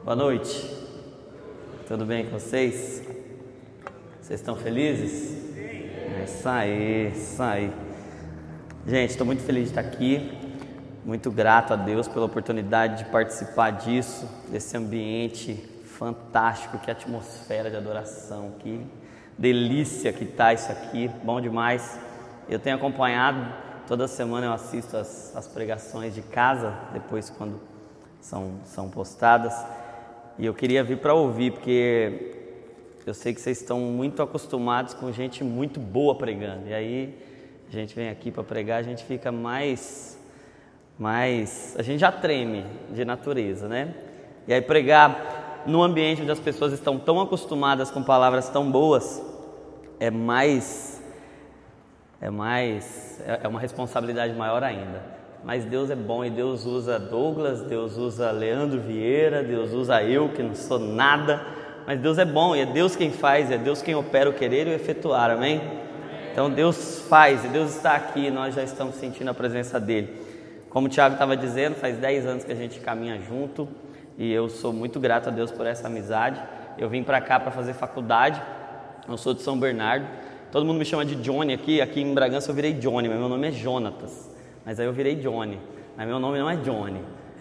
Boa noite. Tudo bem com vocês? Vocês estão felizes? Isso aí, isso aí. Gente, estou muito feliz de estar aqui. Muito grato a Deus pela oportunidade de participar disso, desse ambiente fantástico, que atmosfera de adoração, que delícia que está isso aqui, bom demais. Eu tenho acompanhado, toda semana eu assisto as pregações de casa, depois quando são postadas, e eu queria vir para ouvir, porque eu sei que vocês estão muito acostumados com gente muito boa pregando, e aí a gente vem aqui para pregar, a gente fica mais, a gente já treme de natureza, né? E aí pregar num ambiente onde as pessoas estão tão acostumadas com palavras tão boas, é uma responsabilidade maior ainda. Mas Deus é bom e Deus usa Douglas, Deus usa Leandro Vieira, Deus usa eu que não sou nada, mas Deus é bom e é Deus quem faz, é Deus quem opera o querer e o efetuar, amém? Então Deus faz e Deus está aqui e nós já estamos sentindo a presença dEle. Como o Thiago estava dizendo, faz 10 anos que a gente caminha junto e eu sou muito grato a Deus por essa amizade. Eu vim para cá para fazer faculdade, eu sou de São Bernardo, todo mundo me chama de Johnny aqui em Bragança eu virei Johnny, mas meu nome é Jonatas. Mas aí eu virei Johnny, mas meu nome não é Johnny,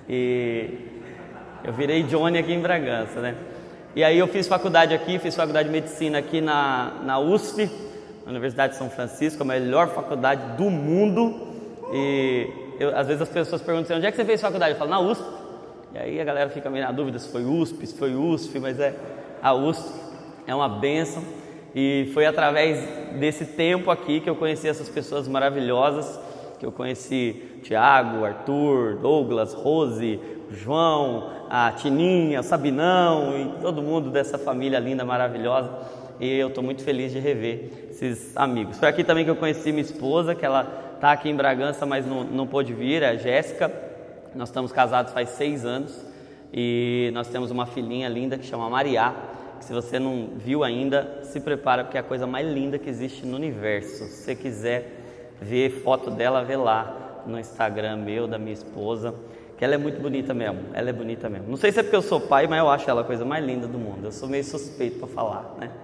e eu virei Johnny aqui em Bragança, né? E aí eu fiz faculdade de medicina aqui na USP, na Universidade de São Francisco, a melhor faculdade do mundo, e às vezes as pessoas perguntam assim, onde é que você fez faculdade? Eu falo, na USP, e aí a galera fica meio na dúvida se foi USP, se foi USP, mas a USP é uma bênção, e foi através desse tempo aqui que eu conheci essas pessoas maravilhosas, que eu conheci Thiago, Arthur, Douglas, Rose, João, a Tininha, o Sabinão e todo mundo dessa família linda, maravilhosa, e eu estou muito feliz de rever esses amigos. Foi aqui também que eu conheci minha esposa, que ela está aqui em Bragança, mas não pôde vir, é a Jéssica. Nós estamos casados faz 6 anos e nós temos uma filhinha linda que chama Mariá, que se você não viu ainda, se prepara porque é a coisa mais linda que existe no universo. Se você quiser ver foto dela, vê lá no Instagram meu, da minha esposa, que ela é muito bonita mesmo, Não sei se é porque eu sou pai, mas eu acho ela a coisa mais linda do mundo, eu sou meio suspeito para falar, né?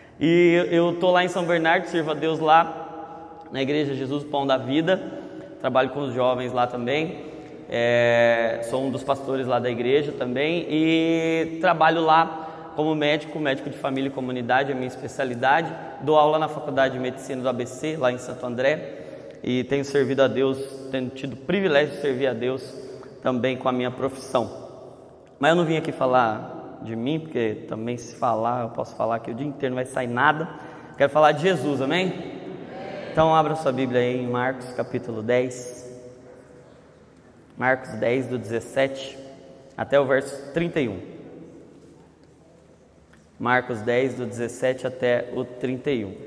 E eu tô lá em São Bernardo, sirvo a Deus lá, na Igreja Jesus Pão da Vida, trabalho com os jovens lá também, sou um dos pastores lá da igreja também, e trabalho lá como médico de família e comunidade, é a minha especialidade, dou aula na Faculdade de Medicina do ABC, lá em Santo André, e tenho servido a Deus, tenho tido o privilégio de servir a Deus também com a minha profissão. Mas eu não vim aqui falar de mim, porque também se falar, eu posso falar que o dia inteiro não vai sair nada. Quero falar de Jesus, amém? Então abra sua Bíblia aí em Marcos capítulo 10. Marcos 10, do 17 até o verso 31. Marcos 10, do 17 até o 31.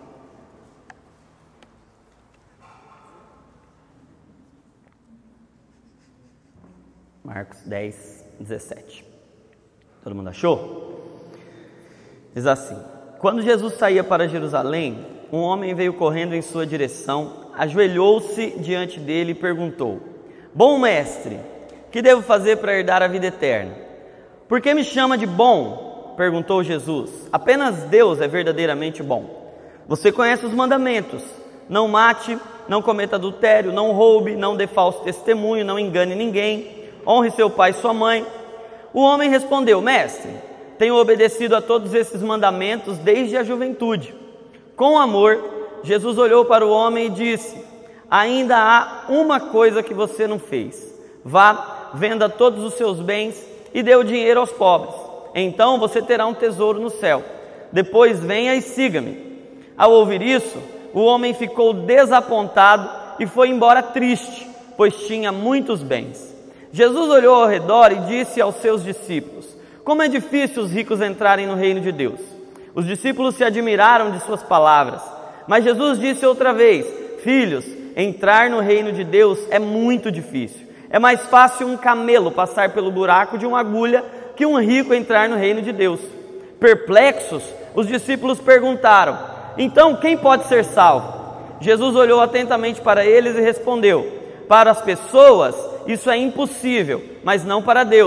Marcos 10, 17. Todo mundo achou? Diz assim: quando Jesus saía para Jerusalém, um homem veio correndo em sua direção, ajoelhou-se diante dele e perguntou: bom mestre, que devo fazer para herdar a vida eterna? Por que me chama de bom? Perguntou Jesus. Apenas Deus é verdadeiramente bom. Você conhece os mandamentos: não mate, não cometa adultério, não roube, não dê falso testemunho, não engane ninguém, honre seu pai e sua mãe. O homem respondeu: mestre, tenho obedecido a todos esses mandamentos desde a juventude. Com amor, Jesus olhou para o homem e disse: ainda há uma coisa que você não fez. Vá, venda todos os seus bens e dê o dinheiro aos pobres. Então você terá um tesouro no céu. Depois venha e siga-me. Ao ouvir isso, o homem ficou desapontado e foi embora triste, pois tinha muitos bens. Jesus olhou ao redor e disse aos seus discípulos: como é difícil os ricos entrarem no reino de Deus. Os discípulos se admiraram de suas palavras. Mas Jesus disse outra vez: filhos, entrar no reino de Deus é muito difícil. É mais fácil um camelo passar pelo buraco de uma agulha que um rico entrar no reino de Deus. Perplexos, os discípulos perguntaram: então quem pode ser salvo? Jesus olhou atentamente para eles e respondeu: para as pessoas isso é impossível, mas não para Deus,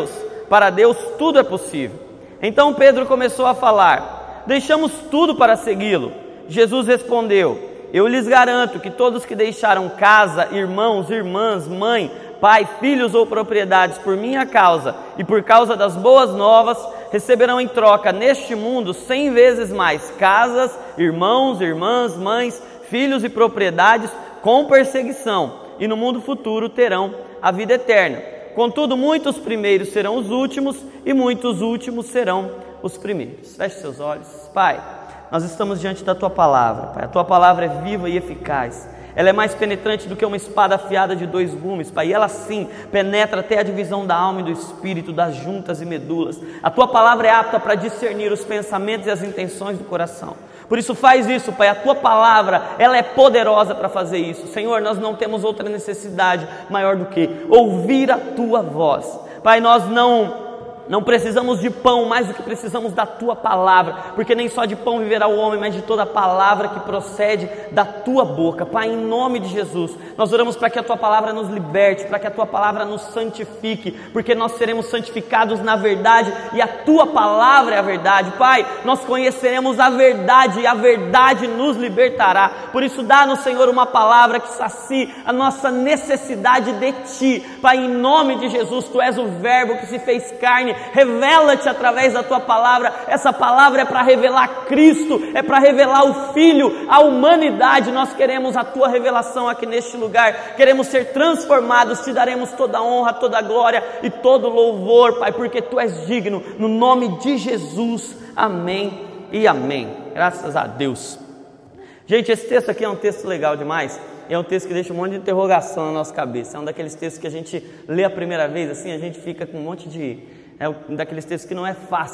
Para Deus tudo é possível. Então Pedro começou a falar: deixamos tudo para segui-lo. Jesus respondeu: eu lhes garanto que todos que deixaram casa, irmãos, irmãs, mãe, pai, filhos ou propriedades por minha causa e por causa das boas novas, receberão em troca neste mundo 100 vezes mais casas, irmãos, irmãs, mães, filhos e propriedades com perseguição, e no mundo futuro terão a vida eterna. Contudo, muitos primeiros serão os últimos e muitos últimos serão os primeiros. Feche seus olhos. Pai, nós estamos diante da Tua Palavra, Pai. A Tua Palavra é viva e eficaz. Ela é mais penetrante do que uma espada afiada de 2 gumes, Pai. E ela sim penetra até a divisão da alma e do espírito, das juntas e medulas. A Tua Palavra é apta para discernir os pensamentos e as intenções do coração. Por isso faz isso, Pai. A Tua Palavra, ela é poderosa para fazer isso. Senhor, nós não temos outra necessidade maior do que ouvir a Tua voz. Pai, nós não precisamos de pão mais do que precisamos da Tua Palavra, porque nem só de pão viverá o homem, mas de toda a palavra que procede da Tua boca. Pai, em nome de Jesus, nós oramos para que a Tua Palavra nos liberte, para que a Tua Palavra nos santifique, porque nós seremos santificados na verdade e a Tua Palavra é a verdade. Pai, nós conheceremos a verdade e a verdade nos libertará. Por isso dá-nos, Senhor, uma palavra que sacie a nossa necessidade de Ti. Pai, em nome de Jesus, Tu és o Verbo que se fez carne. Revela-te através da Tua Palavra. Essa palavra é para revelar Cristo, é para revelar o Filho, a humanidade. Nós queremos a Tua revelação aqui neste lugar, queremos ser transformados. Te daremos toda a honra, toda a glória e todo o louvor, Pai, porque Tu és digno, no nome de Jesus, amém e amém. Graças a Deus. Gente, esse texto aqui é um texto legal demais. É um texto que deixa um monte de interrogação na nossa cabeça. É um daqueles textos que a gente lê a primeira vez, assim, a gente fica com um monte de... É um daqueles textos que não é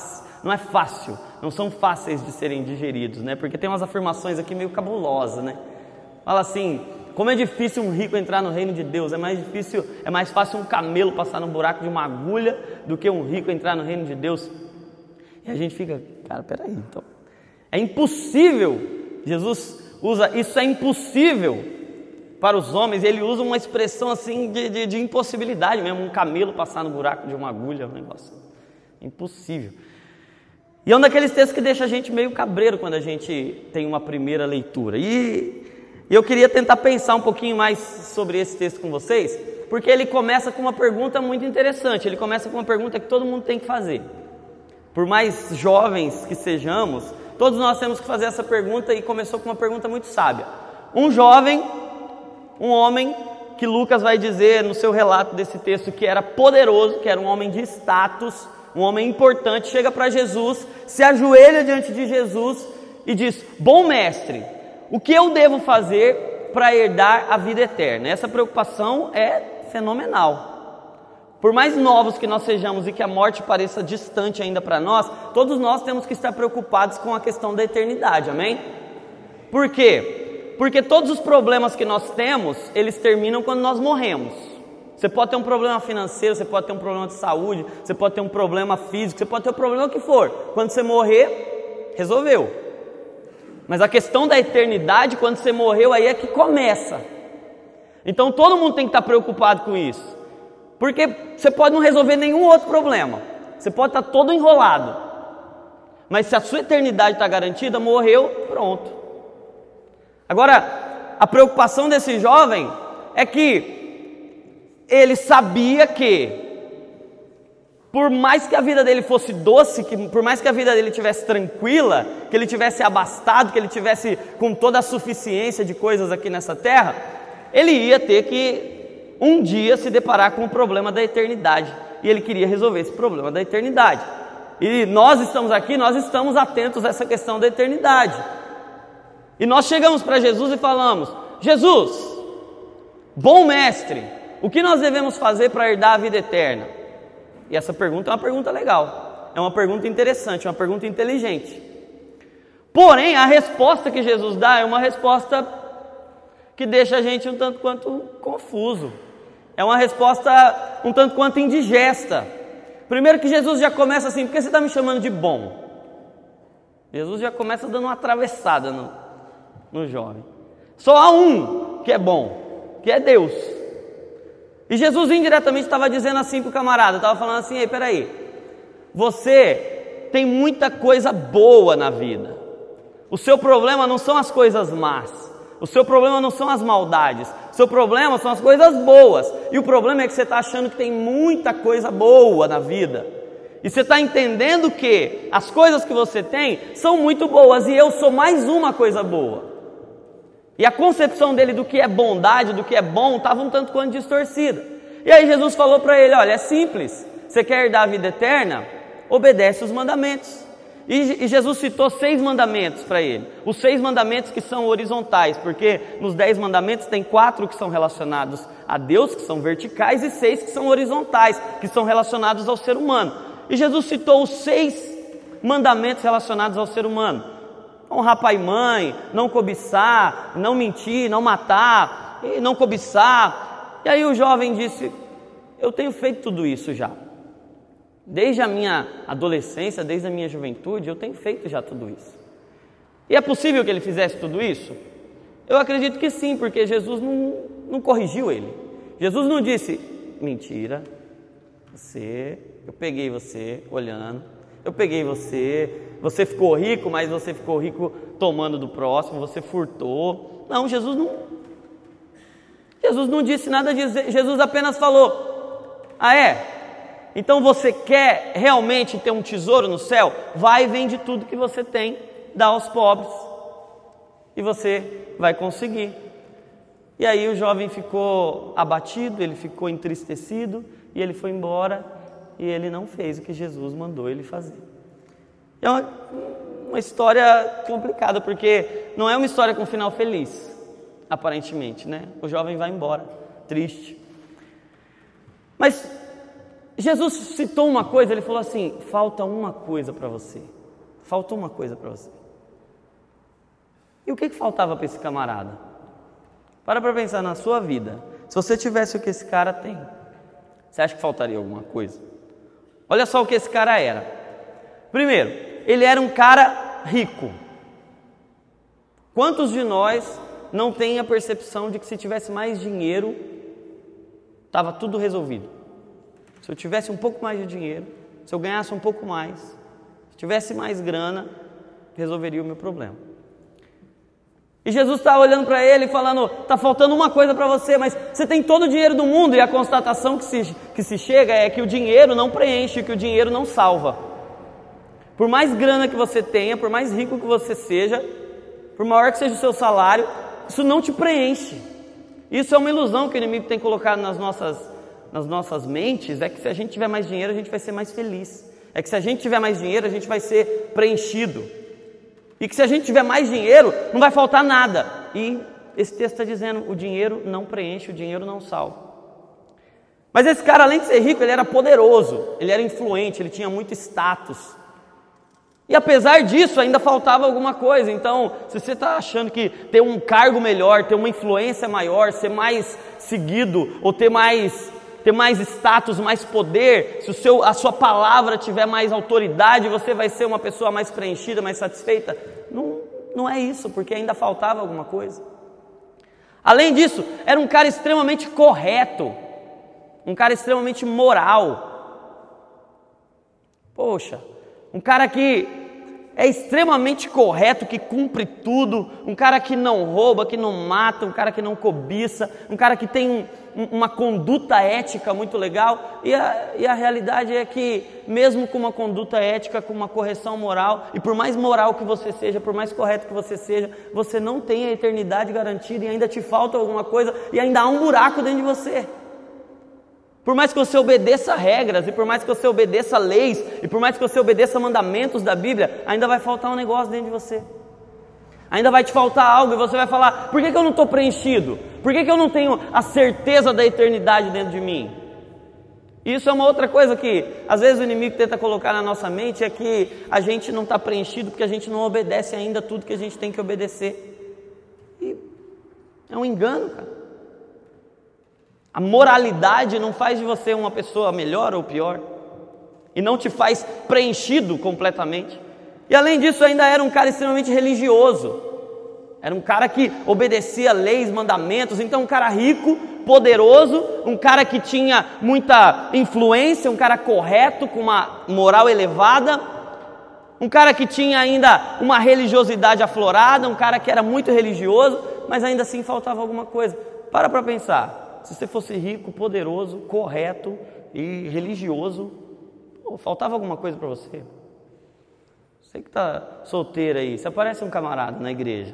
fácil, não são fáceis de serem digeridos, né? Porque tem umas afirmações aqui meio cabulosas, né? Fala assim: como é difícil um rico entrar no reino de Deus, é mais fácil um camelo passar no buraco de uma agulha do que um rico entrar no reino de Deus. E a gente fica, cara, peraí, então, é impossível. Jesus usa, isso é impossível para os homens, ele usa uma expressão assim de impossibilidade mesmo, um camelo passar no buraco de uma agulha, um negócio impossível. E é um daqueles textos que deixa a gente meio cabreiro quando a gente tem uma primeira leitura. E eu queria tentar pensar um pouquinho mais sobre esse texto com vocês, porque ele começa com uma pergunta muito interessante, ele começa com uma pergunta que todo mundo tem que fazer. Por mais jovens que sejamos, todos nós temos que fazer essa pergunta, e começou com uma pergunta muito sábia. Um homem que Lucas vai dizer no seu relato desse texto que era poderoso, que era um homem de status, um homem importante, chega para Jesus, se ajoelha diante de Jesus e diz: bom mestre, o que eu devo fazer para herdar a vida eterna? Essa preocupação é fenomenal. Por mais novos que nós sejamos e que a morte pareça distante ainda para nós, todos nós temos que estar preocupados com a questão da eternidade, amém? Por quê? Porque todos os problemas que nós temos, eles terminam quando nós morremos. Você pode ter um problema financeiro, você pode ter um problema de saúde, você pode ter um problema físico, você pode ter o problema que for. Quando você morrer, resolveu. Mas a questão da eternidade, quando você morreu, aí é que começa. Então todo mundo tem que estar preocupado com isso. Porque você pode não resolver nenhum outro problema. Você pode estar todo enrolado. Mas se a sua eternidade está garantida, morreu, pronto. Agora, a preocupação desse jovem é que ele sabia que, por mais que a vida dele fosse doce, por mais que a vida dele tivesse tranquila, que ele tivesse abastado, que ele tivesse com toda a suficiência de coisas aqui nessa terra, ele ia ter que um dia se deparar com o problema da eternidade. E ele queria resolver esse problema da eternidade. E nós estamos aqui, nós estamos atentos a essa questão da eternidade. E nós chegamos para Jesus e falamos: Jesus, bom mestre, o que nós devemos fazer para herdar a vida eterna? E essa pergunta é uma pergunta legal, é uma pergunta interessante, uma pergunta inteligente. Porém, a resposta que Jesus dá é uma resposta que deixa a gente um tanto quanto confuso. É uma resposta um tanto quanto indigesta. Primeiro que Jesus já começa assim: por que você está me chamando de bom? Jesus já começa dando uma atravessada no jovem. Só há um que é bom, que é Deus. E Jesus indiretamente estava dizendo assim para o camarada, estava falando assim: ei, peraí, Você tem muita coisa boa na vida. O seu problema não são as coisas más. O seu problema não são as maldades. O seu problema são as coisas boas. E o problema é que você está achando que tem muita coisa boa na vida. E você está entendendo que as coisas que você tem são muito boas e eu sou mais uma coisa boa. E a concepção dele do que é bondade, do que é bom, estava um tanto quanto distorcida. E aí Jesus falou para ele, olha, é simples. Você quer herdar a vida eterna? Obedece os mandamentos. E Jesus citou 6 mandamentos para ele. Os 6 mandamentos que são horizontais, porque nos 10 mandamentos tem 4 que são relacionados a Deus, que são verticais, e 6 que são horizontais, que são relacionados ao ser humano. E Jesus citou os 6 mandamentos relacionados ao ser humano. Honrar pai e mãe, não cobiçar, não mentir, não matar, e não cobiçar. E aí o jovem disse, eu tenho feito tudo isso já. Desde a minha adolescência, desde a minha juventude, eu tenho feito já tudo isso. E é possível que ele fizesse tudo isso? Eu acredito que sim, porque Jesus não corrigiu ele. Jesus não disse, mentira, eu peguei você olhando, eu peguei você ficou rico, mas você ficou rico tomando do próximo, você furtou. Não, Jesus não disse nada disso, Jesus apenas falou, então você quer realmente ter um tesouro no céu? Vai e vende tudo que você tem, dá aos pobres, e você vai conseguir. E aí o jovem ficou abatido, ele ficou entristecido, e ele foi embora, e ele não fez o que Jesus mandou ele fazer. É uma história complicada, porque não é uma história com final feliz, aparentemente, né? O jovem vai embora, triste. Mas Jesus citou uma coisa, ele falou assim, falta uma coisa para você. Faltou uma coisa para você. E o que faltava para esse camarada? Para pensar na sua vida. Se você tivesse o que esse cara tem, você acha que faltaria alguma coisa? Olha só o que esse cara era. Primeiro, ele era um cara rico. Quantos de nós não têm a percepção de que se tivesse mais dinheiro, estava tudo resolvido? Se eu tivesse um pouco mais de dinheiro, se eu ganhasse um pouco mais, se tivesse mais grana, resolveria o meu problema. E Jesus está olhando para ele e falando, está faltando uma coisa para você, mas você tem todo o dinheiro do mundo, e a constatação que se chega é que o dinheiro não preenche, que o dinheiro não salva. Por mais grana que você tenha, por mais rico que você seja, por maior que seja o seu salário, isso não te preenche. Isso é uma ilusão que o inimigo tem colocado nas nossas mentes, é que se a gente tiver mais dinheiro, a gente vai ser mais feliz. É que se a gente tiver mais dinheiro, a gente vai ser preenchido. E que se a gente tiver mais dinheiro, não vai faltar nada. E esse texto está dizendo, o dinheiro não preenche, o dinheiro não salva. Mas esse cara, além de ser rico, ele era poderoso, ele era influente, ele tinha muito status. E apesar disso, ainda faltava alguma coisa. Então, se você está achando que ter um cargo melhor, ter uma influência maior, ser mais seguido, ou ter mais status, mais poder, se a sua palavra tiver mais autoridade, você vai ser uma pessoa mais preenchida, mais satisfeita. Não é isso, porque ainda faltava alguma coisa. Além disso, era um cara extremamente correto, um cara extremamente moral. Poxa, um cara que é extremamente correto, que cumpre tudo, um cara que não rouba, que não mata, um cara que não cobiça, um cara que tem uma conduta ética muito legal. E a realidade é que mesmo com uma conduta ética, com uma correção moral, e por mais moral que você seja, por mais correto que você seja, você não tem a eternidade garantida e ainda te falta alguma coisa e ainda há um buraco dentro de você. Por mais que você obedeça regras, e por mais que você obedeça leis, e por mais que você obedeça mandamentos da Bíblia, ainda vai faltar um negócio dentro de você. Ainda vai te faltar algo e você vai falar, por que eu não estou preenchido? Por que eu não tenho a certeza da eternidade dentro de mim? Isso é uma outra coisa que às vezes o inimigo tenta colocar na nossa mente, é que a gente não está preenchido porque a gente não obedece ainda tudo que a gente tem que obedecer. E é um engano, cara. A moralidade não faz de você uma pessoa melhor ou pior, e não te faz preenchido completamente. E além disso, ainda era um cara extremamente religioso. Era um cara que obedecia leis, mandamentos. Então um cara rico, poderoso, um cara que tinha muita influência, um cara correto, com uma moral elevada, um cara que tinha ainda uma religiosidade aflorada, um cara que era muito religioso, mas ainda assim faltava alguma coisa. Para pensar, se você fosse rico, poderoso, correto e religioso, faltava alguma coisa para você. Você que está solteiro aí, você aparece um camarada na igreja.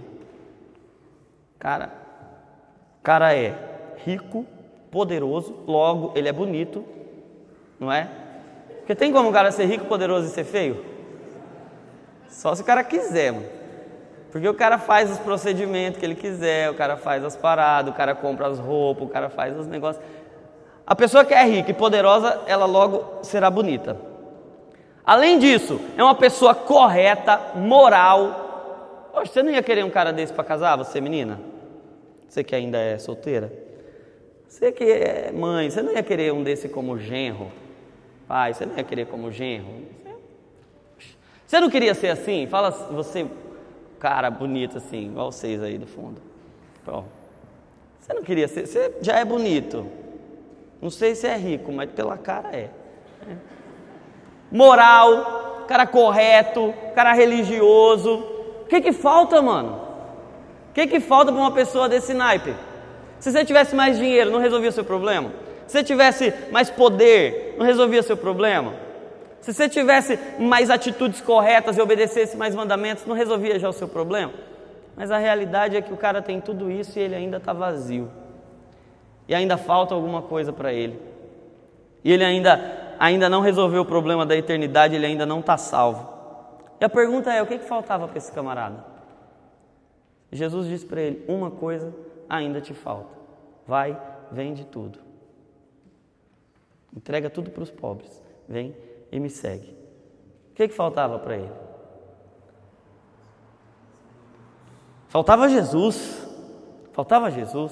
Cara é rico, poderoso, logo ele é bonito, não é? Porque tem como o cara ser rico, poderoso e ser feio? Só se o cara quiser, mano. Porque o cara faz os procedimentos que ele quiser, o cara faz as paradas, o cara compra as roupas, o cara faz os negócios. A pessoa que é rica e poderosa, ela logo será bonita. Além disso, é uma pessoa correta, moral. Poxa, você não ia querer um cara desse para casar, você menina? Você que ainda é solteira? Você que é mãe, você não ia querer um desse como genro? Pai, você não ia querer como genro? Você não queria ser assim? Fala você, cara bonito assim, igual vocês aí do fundo. Pô, você não queria ser, você já é bonito. Não sei se é rico, mas pela cara é. Moral, cara correto, cara religioso. O que falta, mano? O que falta para uma pessoa desse naipe? Se você tivesse mais dinheiro, não resolvia o seu problema? Se você tivesse mais poder, não resolvia o seu problema? Se você tivesse mais atitudes corretas e obedecesse mais mandamentos, não resolvia já o seu problema? Mas a realidade é que o cara tem tudo isso e ele ainda está vazio. E ainda falta alguma coisa para ele. E ele ainda não resolveu o problema da eternidade, ele ainda não está salvo. E a pergunta é, o que faltava para esse camarada? Jesus disse para ele, uma coisa ainda te falta. Vai, vende tudo. Entrega tudo para os pobres. Vem e me segue. O que faltava para ele? Faltava Jesus. Faltava Jesus.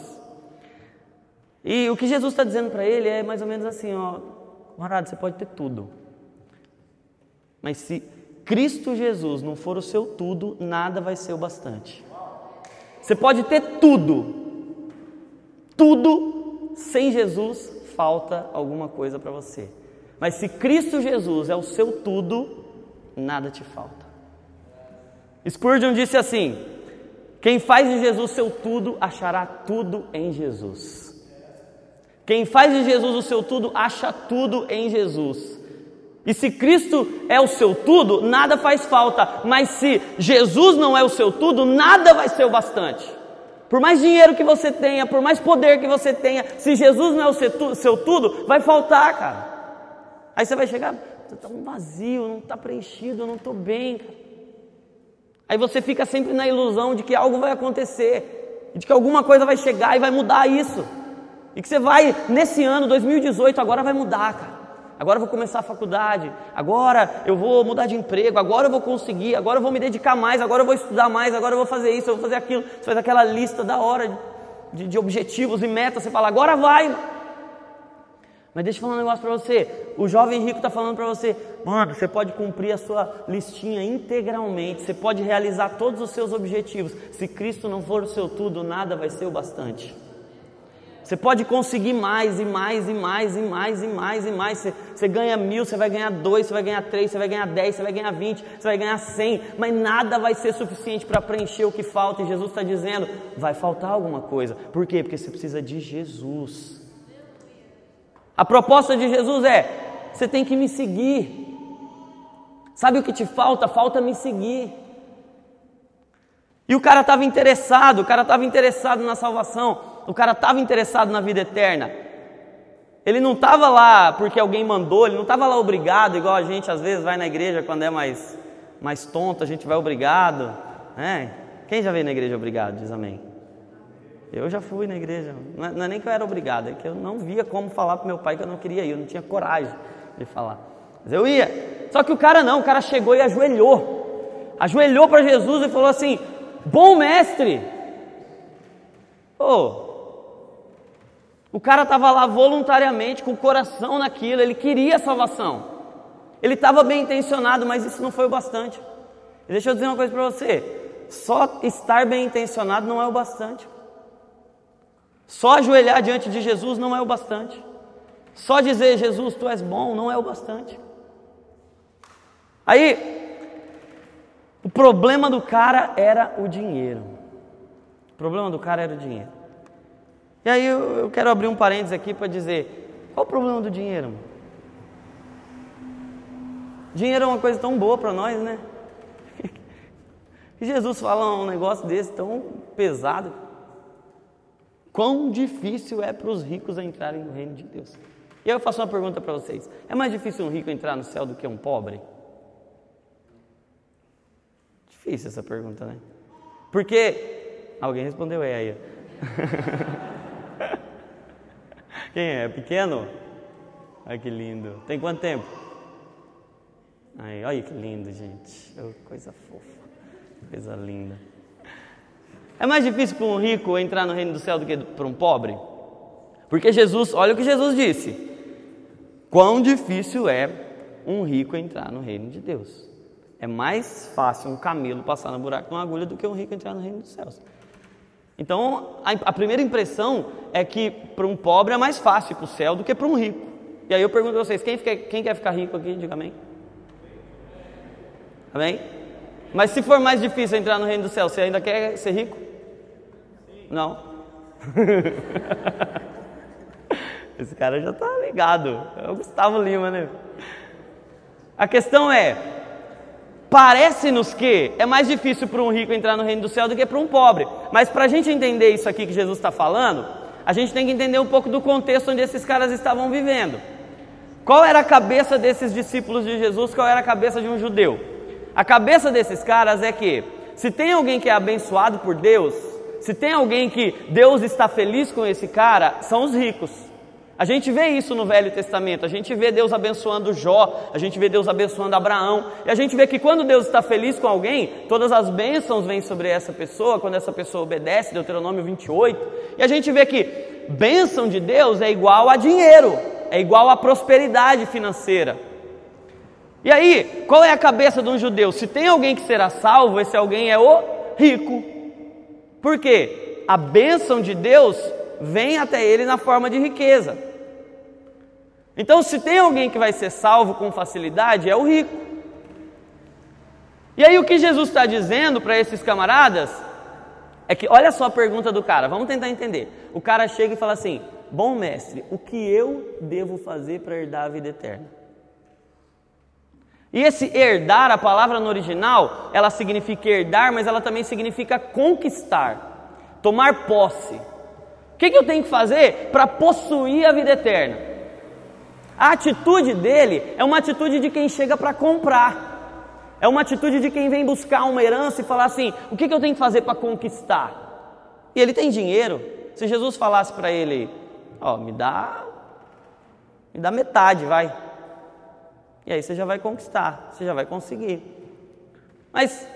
E o que Jesus está dizendo para ele é mais ou menos assim, ó, camarada, você pode ter tudo. Mas se Cristo Jesus não for o seu tudo, nada vai ser o bastante. Você pode ter tudo. Tudo, sem Jesus, falta alguma coisa para você. Mas se Cristo Jesus é o seu tudo, nada te falta. Spurgeon disse assim, quem faz de Jesus seu tudo, achará tudo em Jesus. Quem faz de Jesus o seu tudo, acha tudo em Jesus. E se Cristo é o seu tudo, nada faz falta. Mas se Jesus não é o seu tudo, nada vai ser o bastante. Por mais dinheiro que você tenha, por mais poder que você tenha, se Jesus não é o seu tudo, vai faltar, cara. Aí você vai chegar, está um vazio, não está preenchido, eu não estou bem, cara. Aí você fica sempre na ilusão de que algo vai acontecer, de que alguma coisa vai chegar e vai mudar isso. E que você vai, nesse ano, 2018, agora vai mudar, cara. Agora eu vou começar a faculdade, agora eu vou mudar de emprego, agora eu vou conseguir, agora eu vou me dedicar mais, agora eu vou estudar mais, agora eu vou fazer isso, eu vou fazer aquilo. Você faz aquela lista da hora de objetivos e metas, você fala, agora vai. Mas deixa eu falar um negócio para você, o jovem rico está falando para você, mano, você pode cumprir a sua listinha integralmente, você pode realizar todos os seus objetivos, se Cristo não for o seu tudo, nada vai ser o bastante. Você pode conseguir mais e mais e mais e mais e mais e mais, você ganha 1000, você vai ganhar 2, você vai ganhar 3, você vai ganhar 10, você vai ganhar 20, você vai ganhar 100, mas nada vai ser suficiente para preencher o que falta, e Jesus está dizendo, vai faltar alguma coisa. Por quê? Porque você precisa de Jesus. A proposta de Jesus é, você tem que me seguir. Sabe o que te falta? Falta me seguir. E o cara estava interessado na salvação, o cara estava interessado na vida eterna. Ele não estava lá porque alguém mandou, ele não estava lá obrigado, igual a gente às vezes vai na igreja quando é mais tonto, a gente vai obrigado. Quem já veio na igreja obrigado? Diz amém. Eu já fui na igreja, não é nem que eu era obrigado, é que eu não via como falar para meu pai que eu não queria ir, eu não tinha coragem de falar. Mas eu ia. Só que o cara chegou e ajoelhou para Jesus e falou assim, bom mestre. O cara estava lá voluntariamente, com o coração naquilo, ele queria a salvação. Ele estava bem intencionado, mas isso não foi o bastante. E deixa eu dizer uma coisa para você, só estar bem intencionado não é o bastante. Só ajoelhar diante de Jesus não é o bastante. Só dizer, Jesus, tu és bom, não é o bastante. Aí, o problema do cara era o dinheiro. O problema do cara era o dinheiro. E aí eu quero abrir um parênteses aqui para dizer, qual o problema do dinheiro? Dinheiro é uma coisa tão boa para nós, né? E Jesus fala um negócio desse tão pesado. Quão difícil é para os ricos entrarem no reino de Deus. E aí eu faço uma pergunta para vocês. É mais difícil um rico entrar no céu do que um pobre? Difícil essa pergunta, né? Porque... Alguém respondeu aí. Quem é? Pequeno? Ai, que lindo. Tem quanto tempo? Ai, olha que lindo, gente. Coisa fofa. Coisa linda. É mais difícil para um rico entrar no reino do céu do que para um pobre? Porque Jesus, olha o que Jesus disse. Quão difícil é um rico entrar no reino de Deus. É mais fácil um camelo passar no buraco de uma agulha do que um rico entrar no reino dos céus. Então, a primeira impressão é que para um pobre é mais fácil ir para o céu do que para um rico. E aí eu pergunto a vocês, quem quer ficar rico aqui? Diga amém. Amém? Mas se for mais difícil entrar no reino do céu, você ainda quer ser rico? Não. Esse cara já está ligado. É o Gustavo Lima, né? A questão é, parece-nos que é mais difícil para um rico entrar no reino do céu do que para um pobre. Mas para a gente entender isso aqui que Jesus está falando, a gente tem que entender um pouco do contexto onde esses caras estavam vivendo. Qual era a cabeça desses discípulos de Jesus? Qual era a cabeça de um judeu? A cabeça desses caras é que, se tem alguém que é abençoado por Deus, se tem alguém que Deus está feliz com esse cara, são os ricos. A gente vê isso no Velho Testamento, a gente vê Deus abençoando Jó, a gente vê Deus abençoando Abraão, e a gente vê que quando Deus está feliz com alguém, todas as bênçãos vêm sobre essa pessoa, quando essa pessoa obedece, Deuteronômio 28, e a gente vê que bênção de Deus é igual a dinheiro, é igual a prosperidade financeira. E aí, qual é a cabeça de um judeu? Se tem alguém que será salvo, esse alguém é o rico. Por quê? A bênção de Deus vem até ele na forma de riqueza. Então, se tem alguém que vai ser salvo com facilidade, é o rico. E aí o que Jesus está dizendo para esses camaradas é que, olha só a pergunta do cara, vamos tentar entender. O cara chega e fala assim, bom mestre, o que eu devo fazer para herdar a vida eterna? E esse herdar, a palavra no original, ela significa herdar, mas ela também significa conquistar, tomar posse. O que eu tenho que fazer para possuir a vida eterna? A atitude dele é uma atitude de quem chega para comprar. É uma atitude de quem vem buscar uma herança e falar assim, o que eu tenho que fazer para conquistar? E ele tem dinheiro. Se Jesus falasse para ele, me dá metade, vai. E aí você já vai conquistar, você já vai conseguir. Mas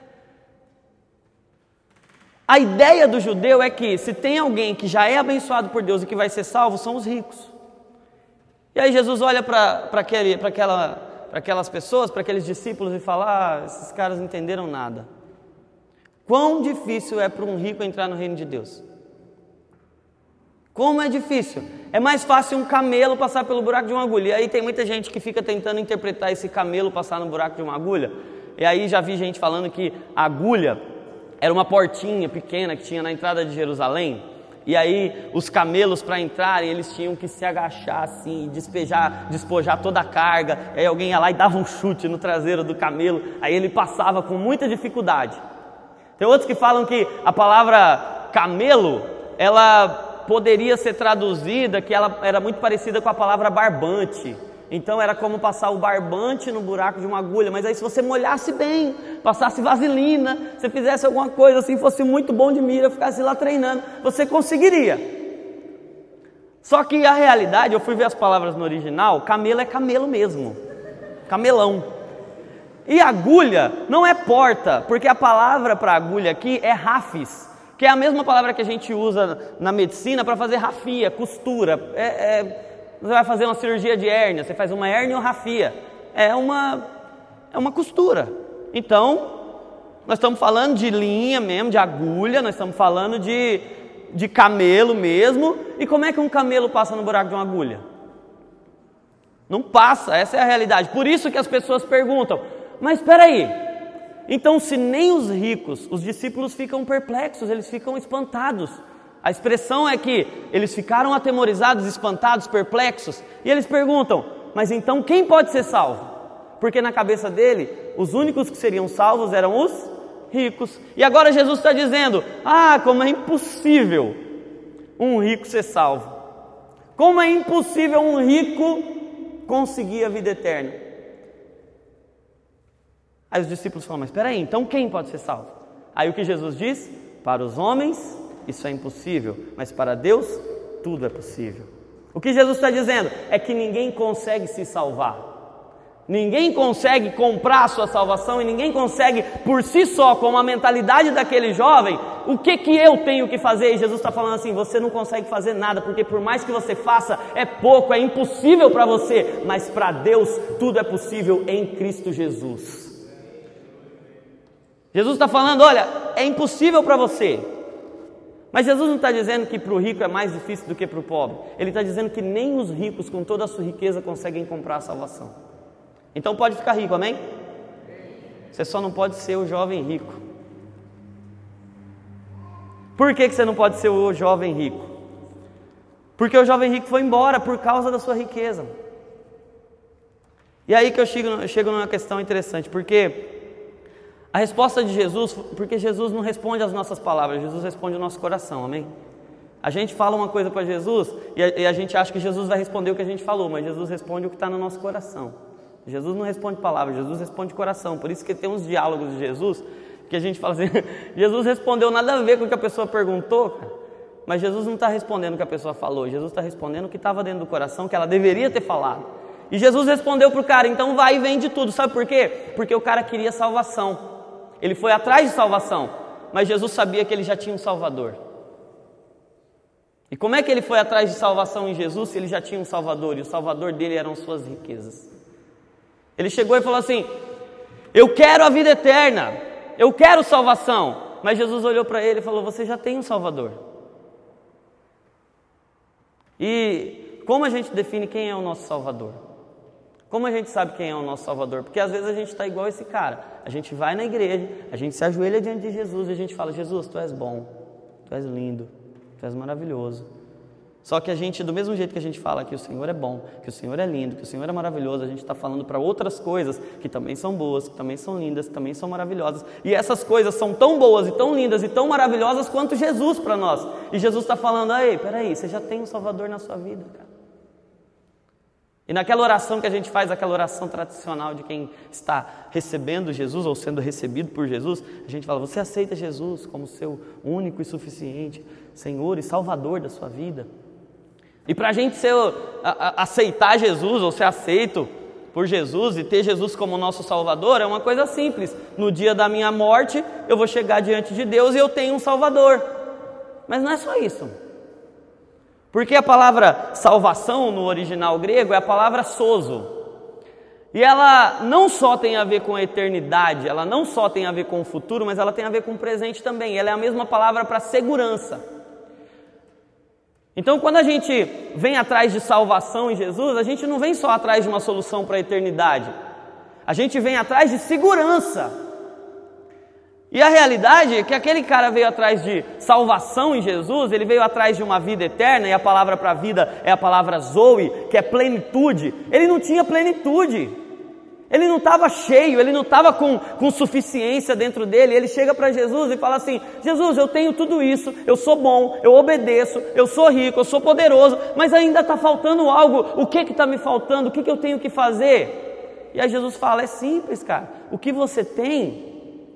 a ideia do judeu é que se tem alguém que já é abençoado por Deus e que vai ser salvo, são os ricos. E aí Jesus olha para aquelas pessoas, para aqueles discípulos e fala, esses caras não entenderam nada. Quão difícil é para um rico entrar no reino de Deus? Como é difícil? É mais fácil um camelo passar pelo buraco de uma agulha. E aí tem muita gente que fica tentando interpretar esse camelo passar no buraco de uma agulha. E aí já vi gente falando que a agulha era uma portinha pequena que tinha na entrada de Jerusalém. E aí os camelos, para entrarem, eles tinham que se agachar assim, despojar toda a carga. E aí alguém ia lá e dava um chute no traseiro do camelo. Aí ele passava com muita dificuldade. Tem outros que falam que a palavra camelo, ela poderia ser traduzida, que ela era muito parecida com a palavra barbante. Então era como passar o barbante no buraco de uma agulha. Mas aí se você molhasse bem, passasse vaselina, se fizesse alguma coisa assim, fosse muito bom de mira, ficasse lá treinando, você conseguiria. Só que a realidade, eu fui ver as palavras no original, camelo é camelo mesmo, camelão. E agulha não é porta, porque a palavra para agulha aqui é rafis, que é a mesma palavra que a gente usa na medicina para fazer rafia, costura. Você vai fazer uma cirurgia de hérnia, você faz uma hérnia ou rafia. É uma costura. Então, nós estamos falando de linha mesmo, de agulha, nós estamos falando de camelo mesmo. E como é que um camelo passa no buraco de uma agulha? Não passa, essa é a realidade. Por isso que as pessoas perguntam, mas espera aí, então se nem os ricos, os discípulos ficam perplexos, eles ficam espantados. A expressão é que eles ficaram atemorizados, espantados, perplexos, e eles perguntam, mas então quem pode ser salvo? Porque na cabeça dele, os únicos que seriam salvos eram os ricos. E agora Jesus está dizendo, como é impossível um rico ser salvo. Como é impossível um rico conseguir a vida eterna. Aí os discípulos falam, mas espera aí, então quem pode ser salvo? Aí o que Jesus diz? Para os homens isso é impossível, mas para Deus tudo é possível. O que Jesus está dizendo é que ninguém consegue se salvar. Ninguém consegue comprar a sua salvação e ninguém consegue por si só, com a mentalidade daquele jovem, o que eu tenho que fazer? E Jesus está falando assim, você não consegue fazer nada, porque por mais que você faça, é pouco, é impossível para você, mas para Deus tudo é possível em Cristo Jesus. Jesus está falando, olha, é impossível para você, mas Jesus não está dizendo que para o rico é mais difícil do que para o pobre. Ele está dizendo que nem os ricos com toda a sua riqueza conseguem comprar a salvação. Então pode ficar rico, amém? Você só não pode ser o jovem rico. Por que você não pode ser o jovem rico? Porque o jovem rico foi embora por causa da sua riqueza. E aí que eu chego numa questão interessante, porque a resposta de Jesus, porque Jesus não responde às nossas palavras, Jesus responde ao nosso coração, amém? A gente fala uma coisa para Jesus e a gente acha que Jesus vai responder o que a gente falou, mas Jesus responde o que está no nosso coração. Jesus não responde palavras, Jesus responde coração. Por isso que tem uns diálogos de Jesus que a gente fala assim, Jesus respondeu nada a ver com o que a pessoa perguntou, cara. Mas Jesus não está respondendo o que a pessoa falou, Jesus está respondendo o que estava dentro do coração, que ela deveria ter falado. E Jesus respondeu para o cara, então vai e vende tudo. Sabe por quê? Porque o cara queria salvação, ele foi atrás de salvação, mas Jesus sabia que ele já tinha um Salvador. E como é que ele foi atrás de salvação em Jesus se ele já tinha um Salvador? E o Salvador dele eram suas riquezas. Ele chegou e falou assim, eu quero a vida eterna, eu quero salvação. Mas Jesus olhou para ele e falou, você já tem um Salvador. E como a gente define quem é o nosso Salvador? Como a gente sabe quem é o nosso Salvador? Porque às vezes a gente está igual esse cara. A gente vai na igreja, a gente se ajoelha diante de Jesus e a gente fala, Jesus, tu és bom, tu és lindo, tu és maravilhoso. Só que a gente, do mesmo jeito que a gente fala que o Senhor é bom, que o Senhor é lindo, que o Senhor é maravilhoso, a gente está falando para outras coisas que também são boas, que também são lindas, que também são maravilhosas. E essas coisas são tão boas e tão lindas e tão maravilhosas quanto Jesus para nós. E Jesus está falando, peraí, você já tem um Salvador na sua vida, cara. E naquela oração que a gente faz, aquela oração tradicional de quem está recebendo Jesus ou sendo recebido por Jesus, a gente fala, você aceita Jesus como seu único e suficiente Senhor e Salvador da sua vida? E para a gente aceitar Jesus ou ser aceito por Jesus e ter Jesus como nosso Salvador é uma coisa simples. No dia da minha morte eu vou chegar diante de Deus e eu tenho um Salvador. Mas não é só isso. Porque a palavra salvação no original grego é a palavra sozo. E ela não só tem a ver com a eternidade, ela não só tem a ver com o futuro, mas ela tem a ver com o presente também. Ela é a mesma palavra para segurança. Então, quando a gente vem atrás de salvação em Jesus, a gente não vem só atrás de uma solução para a eternidade. A gente vem atrás de segurança. E a realidade é que aquele cara veio atrás de salvação em Jesus, ele veio atrás de uma vida eterna, e a palavra para vida é a palavra zoe, que é plenitude. Ele não tinha plenitude. Ele não estava cheio, ele não estava com suficiência dentro dele. Ele chega para Jesus e fala assim, Jesus, eu tenho tudo isso, eu sou bom, eu obedeço, eu sou rico, eu sou poderoso, mas ainda está faltando algo. O que está me faltando? O que eu tenho que fazer? E aí Jesus fala, é simples, cara, o que você tem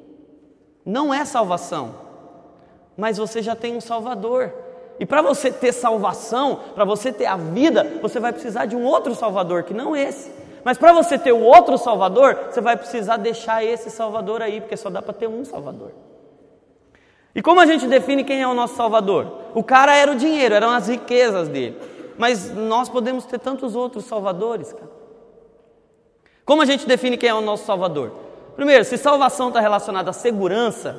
não é salvação, mas você já tem um Salvador. E para você ter salvação, para você ter a vida, você vai precisar de um outro Salvador, que não esse. Mas para você ter o outro Salvador, você vai precisar deixar esse Salvador aí, porque só dá para ter um Salvador. E como a gente define quem é o nosso Salvador? O cara era o dinheiro, eram as riquezas dele. Mas nós podemos ter tantos outros Salvadores, cara. Como a gente define quem é o nosso Salvador? Primeiro, se salvação está relacionada à segurança,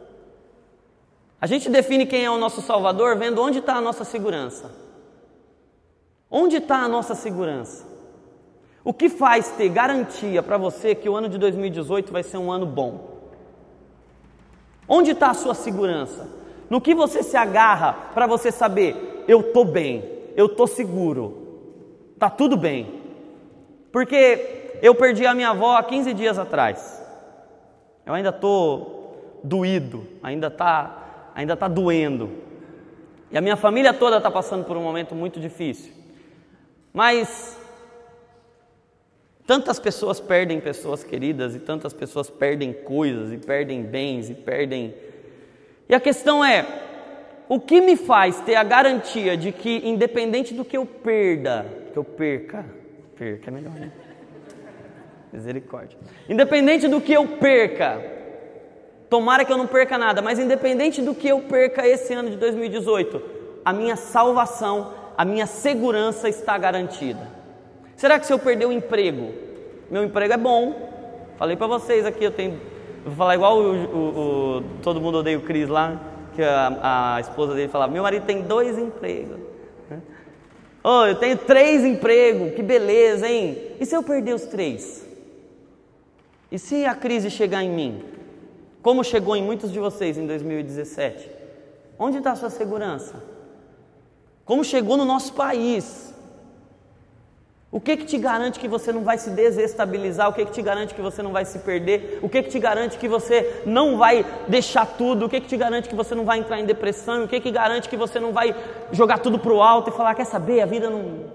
a gente define quem é o nosso Salvador vendo onde está a nossa segurança. Onde está a nossa segurança? O que faz ter garantia para você que o ano de 2018 vai ser um ano bom? Onde está a sua segurança? No que você se agarra para você saber, eu estou bem, eu estou seguro, está tudo bem. Porque eu perdi a minha avó há 15 dias atrás. Eu ainda estou doído, ainda tá doendo. E a minha família toda está passando por um momento muito difícil. Mas tantas pessoas perdem pessoas queridas, e tantas pessoas perdem coisas, e perdem bens, e perdem... E a questão é, o que me faz ter a garantia de que, independente do que eu perca é melhor, né? Misericórdia. Independente do que eu perca, tomara que eu não perca nada, mas independente do que eu perca esse ano de 2018, a minha salvação, a minha segurança está garantida. Será que se eu perder o emprego, meu emprego é bom? Falei para vocês aqui, vou falar igual Todo Mundo Odeia o Chris lá, que a esposa dele falava, meu marido tem 2 empregos. Oh, eu tenho 3 empregos, que beleza, hein? E se eu perder os 3? E se a crise chegar em mim? Como chegou em muitos de vocês em 2017? Onde está a sua segurança? Como chegou no nosso país? O que te garante que você não vai se desestabilizar? O que te garante que você não vai se perder? O que te garante que você não vai deixar tudo? O que te garante que você não vai entrar em depressão? O que garante que você não vai jogar tudo para o alto e falar, quer saber, a vida não...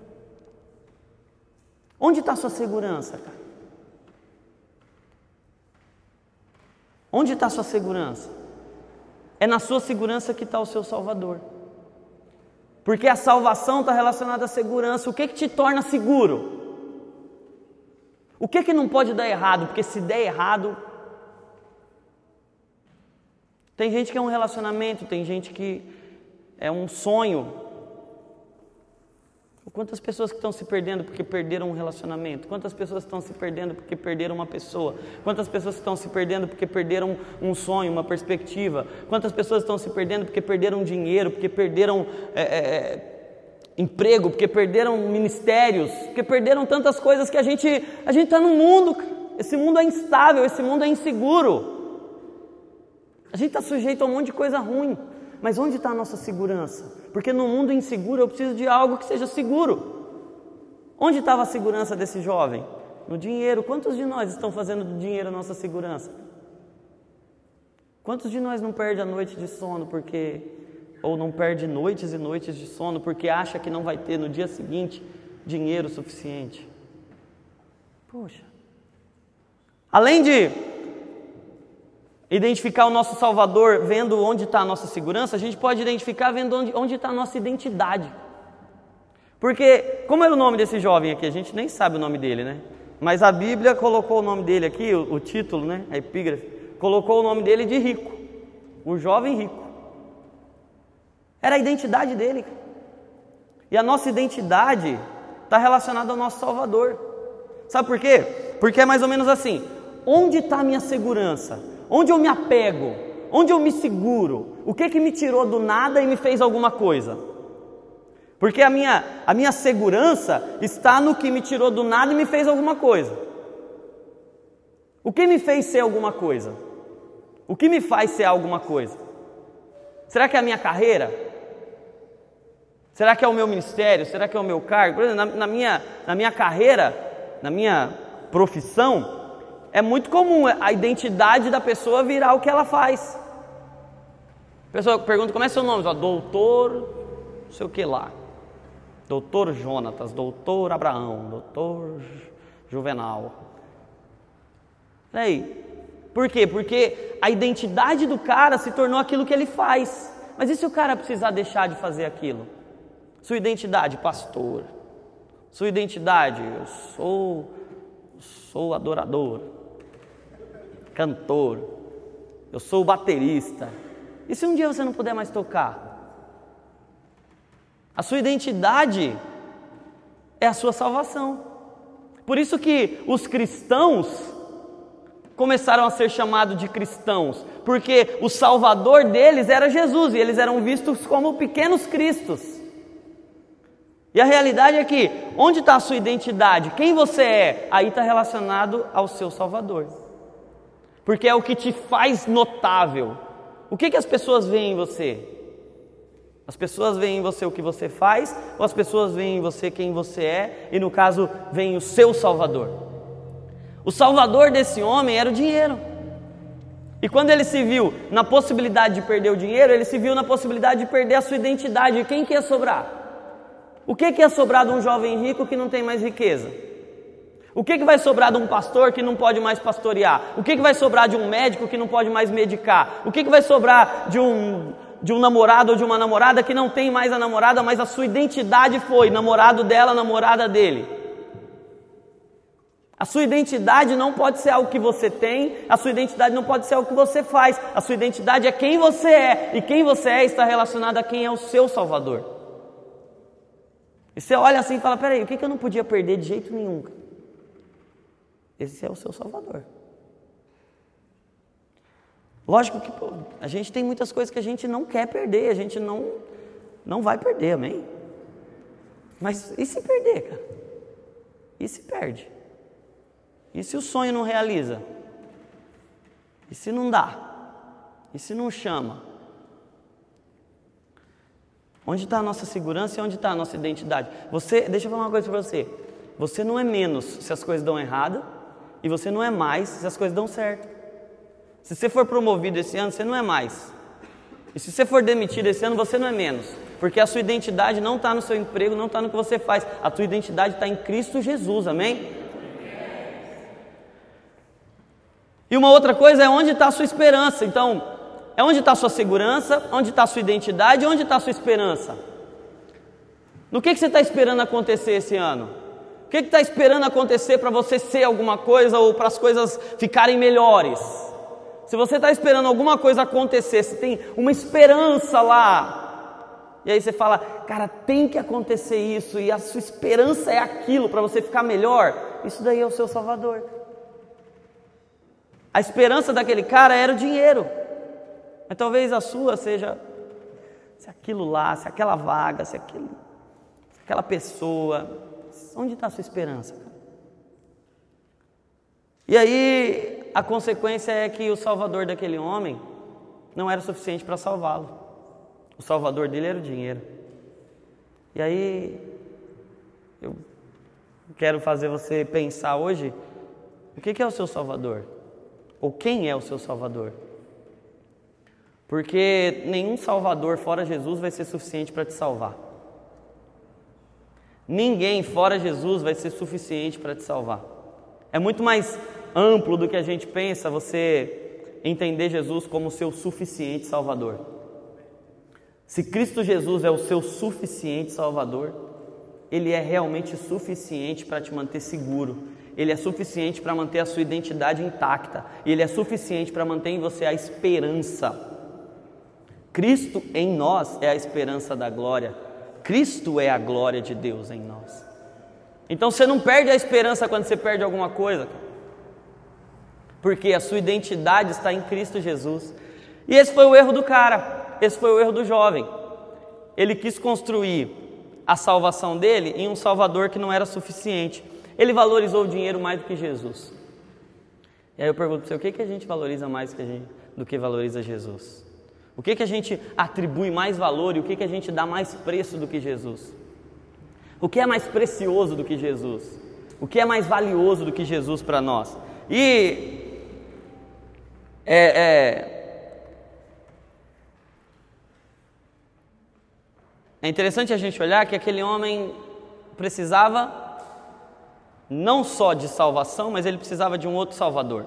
Onde está a sua segurança, cara? Onde está a sua segurança? É na sua segurança que está o seu Salvador. Porque a salvação está relacionada à segurança. O que te torna seguro? O que não pode dar errado? Porque se der errado... Tem gente que é um relacionamento, tem gente que é um sonho. Quantas pessoas que estão se perdendo porque perderam um relacionamento? Quantas pessoas estão se perdendo porque perderam uma pessoa? Quantas pessoas estão se perdendo porque perderam um sonho, uma perspectiva? Quantas pessoas estão se perdendo porque perderam dinheiro, porque perderam emprego, porque perderam ministérios, porque perderam tantas coisas que a gente está no mundo. Esse mundo é instável, esse mundo é inseguro. A gente está sujeito a um monte de coisa ruim. Mas onde está a nossa segurança? Porque no mundo inseguro eu preciso de algo que seja seguro. Onde estava a segurança desse jovem? No dinheiro. Quantos de nós estão fazendo do dinheiro a nossa segurança? Quantos de nós não perde a noite de sono ou não perde noites e noites de sono porque acha que não vai ter no dia seguinte dinheiro suficiente? Poxa. Além de identificar o nosso Salvador vendo onde está a nossa segurança, a gente pode identificar vendo onde está a nossa identidade. Porque, como era o nome desse jovem aqui? A gente nem sabe o nome dele, né? Mas a Bíblia colocou o nome dele aqui, o título, né? A epígrafe, colocou o nome dele de rico. O jovem rico. Era a identidade dele. E a nossa identidade está relacionada ao nosso Salvador. Sabe por quê? Porque é mais ou menos assim. Onde está a minha segurança? Onde eu me apego? Onde eu me seguro? O que me tirou do nada e me fez alguma coisa? Porque a minha segurança está no que me tirou do nada e me fez alguma coisa. O que me fez ser alguma coisa? O que me faz ser alguma coisa? Será que é a minha carreira? Será que é o meu ministério? Será que é o meu cargo? Por exemplo, na minha carreira, na minha profissão, é muito comum a identidade da pessoa virar o que ela faz. A pessoa pergunta, como é seu nome? Doutor, não sei o que lá. Doutor Jonatas, doutor Abraão, doutor Juvenal. E aí? Por quê? Porque a identidade do cara se tornou aquilo que ele faz. Mas e se o cara precisar deixar de fazer aquilo? Sua identidade, pastor. Sua identidade, eu sou adorador, cantor, eu sou baterista. E se um dia você não puder mais tocar? A sua identidade é a sua salvação. Por isso que os cristãos começaram a ser chamados de cristãos? Porque o Salvador deles era Jesus, e eles eram vistos como pequenos cristos. E a realidade é que, onde está a sua identidade? Quem você é? Aí está relacionado ao seu Salvador. Porque é o que te faz notável. O que as pessoas veem em você? As pessoas veem em você o que você faz, ou as pessoas veem em você quem você é, e no caso, veem o seu Salvador. O Salvador desse homem era o dinheiro. E quando ele se viu na possibilidade de perder o dinheiro, ele se viu na possibilidade de perder a sua identidade. E quem que ia sobrar? O que ia sobrar de um jovem rico que não tem mais riqueza? O que vai sobrar de um pastor que não pode mais pastorear? O que vai sobrar de um médico que não pode mais medicar? O que vai sobrar de um namorado ou de uma namorada que não tem mais a namorada, mas a sua identidade foi namorado dela, namorada dele? A sua identidade não pode ser algo que você tem, a sua identidade não pode ser algo que você faz, a sua identidade é quem você é, e quem você é está relacionado a quem é o seu Salvador. E você olha assim e fala, peraí, o que eu não podia perder de jeito nenhum? Esse é o seu Salvador. Lógico que a gente tem muitas coisas que a gente não quer perder, a gente não vai perder, amém? Mas e se perder, cara? E se perde? E se o sonho não realiza? E se não dá? E se não chama? Onde está a nossa segurança e onde está a nossa identidade? Deixa eu falar uma coisa para você. Você não é menos se as coisas dão errado, e você não é mais se as coisas dão certo. Se você for promovido esse ano, você não é mais. E se você for demitido esse ano, você não é menos. Porque a sua identidade não está no seu emprego, não está no que você faz. A tua identidade está em Cristo Jesus, amém? E uma outra coisa é onde está a sua esperança. Então, é onde está a sua segurança, onde está a sua identidade, onde está a sua esperança. No que você está esperando acontecer esse ano? O que está esperando acontecer para você ser alguma coisa ou para as coisas ficarem melhores? Se você está esperando alguma coisa acontecer, se tem uma esperança lá, e aí você fala, cara, tem que acontecer isso, e a sua esperança é aquilo para você ficar melhor, isso daí é o seu Salvador. A esperança daquele cara era o dinheiro, mas talvez a sua seja se aquilo lá, se aquela vaga, se aquela pessoa. Onde está a sua esperança? E aí a consequência é que o Salvador daquele homem não era suficiente para salvá-lo. O Salvador dele era o dinheiro. E aí eu quero fazer você pensar hoje, o que é o seu Salvador? Ou quem é o seu Salvador? Porque nenhum Salvador fora Jesus vai ser suficiente para te salvar. Ninguém fora Jesus vai ser suficiente para te salvar. É muito mais amplo do que a gente pensa você entender Jesus como seu suficiente Salvador. Se Cristo Jesus é o seu suficiente Salvador, Ele é realmente suficiente para te manter seguro. Ele é suficiente para manter a sua identidade intacta. Ele é suficiente para manter em você a esperança. Cristo em nós é a esperança da glória. Cristo é a glória de Deus em nós. Então você não perde a esperança quando você perde alguma coisa, porque a sua identidade está em Cristo Jesus. E esse foi o erro do cara, esse foi o erro do jovem. Ele quis construir a salvação dele em um Salvador que não era suficiente. Ele valorizou o dinheiro mais do que Jesus. E aí eu pergunto para você, o que a gente valoriza mais do que valoriza Jesus? O que a gente atribui mais valor e o que a gente dá mais preço do que Jesus? O que é mais precioso do que Jesus? O que é mais valioso do que Jesus para nós? E é interessante a gente olhar que aquele homem precisava não só de salvação, mas ele precisava de um outro Salvador.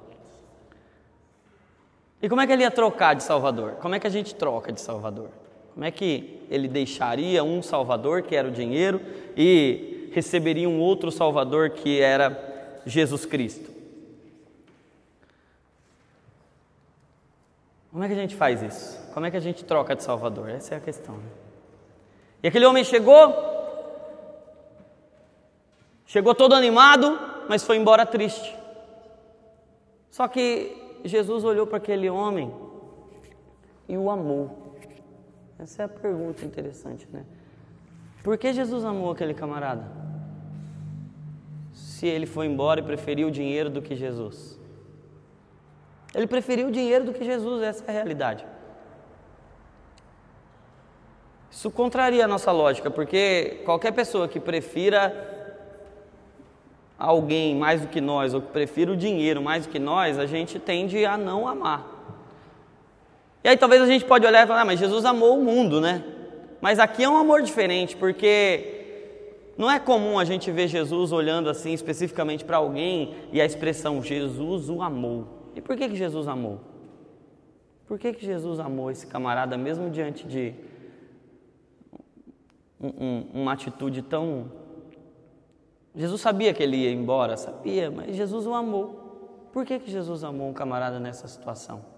E como é que ele ia trocar de Salvador? Como é que a gente troca de Salvador? Como é que ele deixaria um Salvador, que era o dinheiro, e receberia um outro Salvador, que era Jesus Cristo? Como é que a gente faz isso? Como é que a gente troca de Salvador? Essa é a questão. E aquele homem chegou todo animado, mas foi embora triste. Só que Jesus olhou para aquele homem e o amou. Essa é a pergunta interessante, né? Por que Jesus amou aquele camarada? Se ele foi embora e preferiu o dinheiro do que Jesus. Ele preferiu o dinheiro do que Jesus, essa é a realidade. Isso contraria a nossa lógica, porque qualquer pessoa que prefira alguém mais do que nós, ou que prefira o dinheiro mais do que nós, a gente tende a não amar. E aí talvez a gente pode olhar e falar, mas Jesus amou o mundo, né? Mas aqui é um amor diferente, porque não é comum a gente ver Jesus olhando assim especificamente para alguém e a expressão Jesus o amou. E por que Jesus amou? Por que Jesus amou esse camarada mesmo diante de uma atitude tão... Jesus sabia que ele ia embora, sabia, mas Jesus o amou. Por que Jesus amou um camarada nessa situação?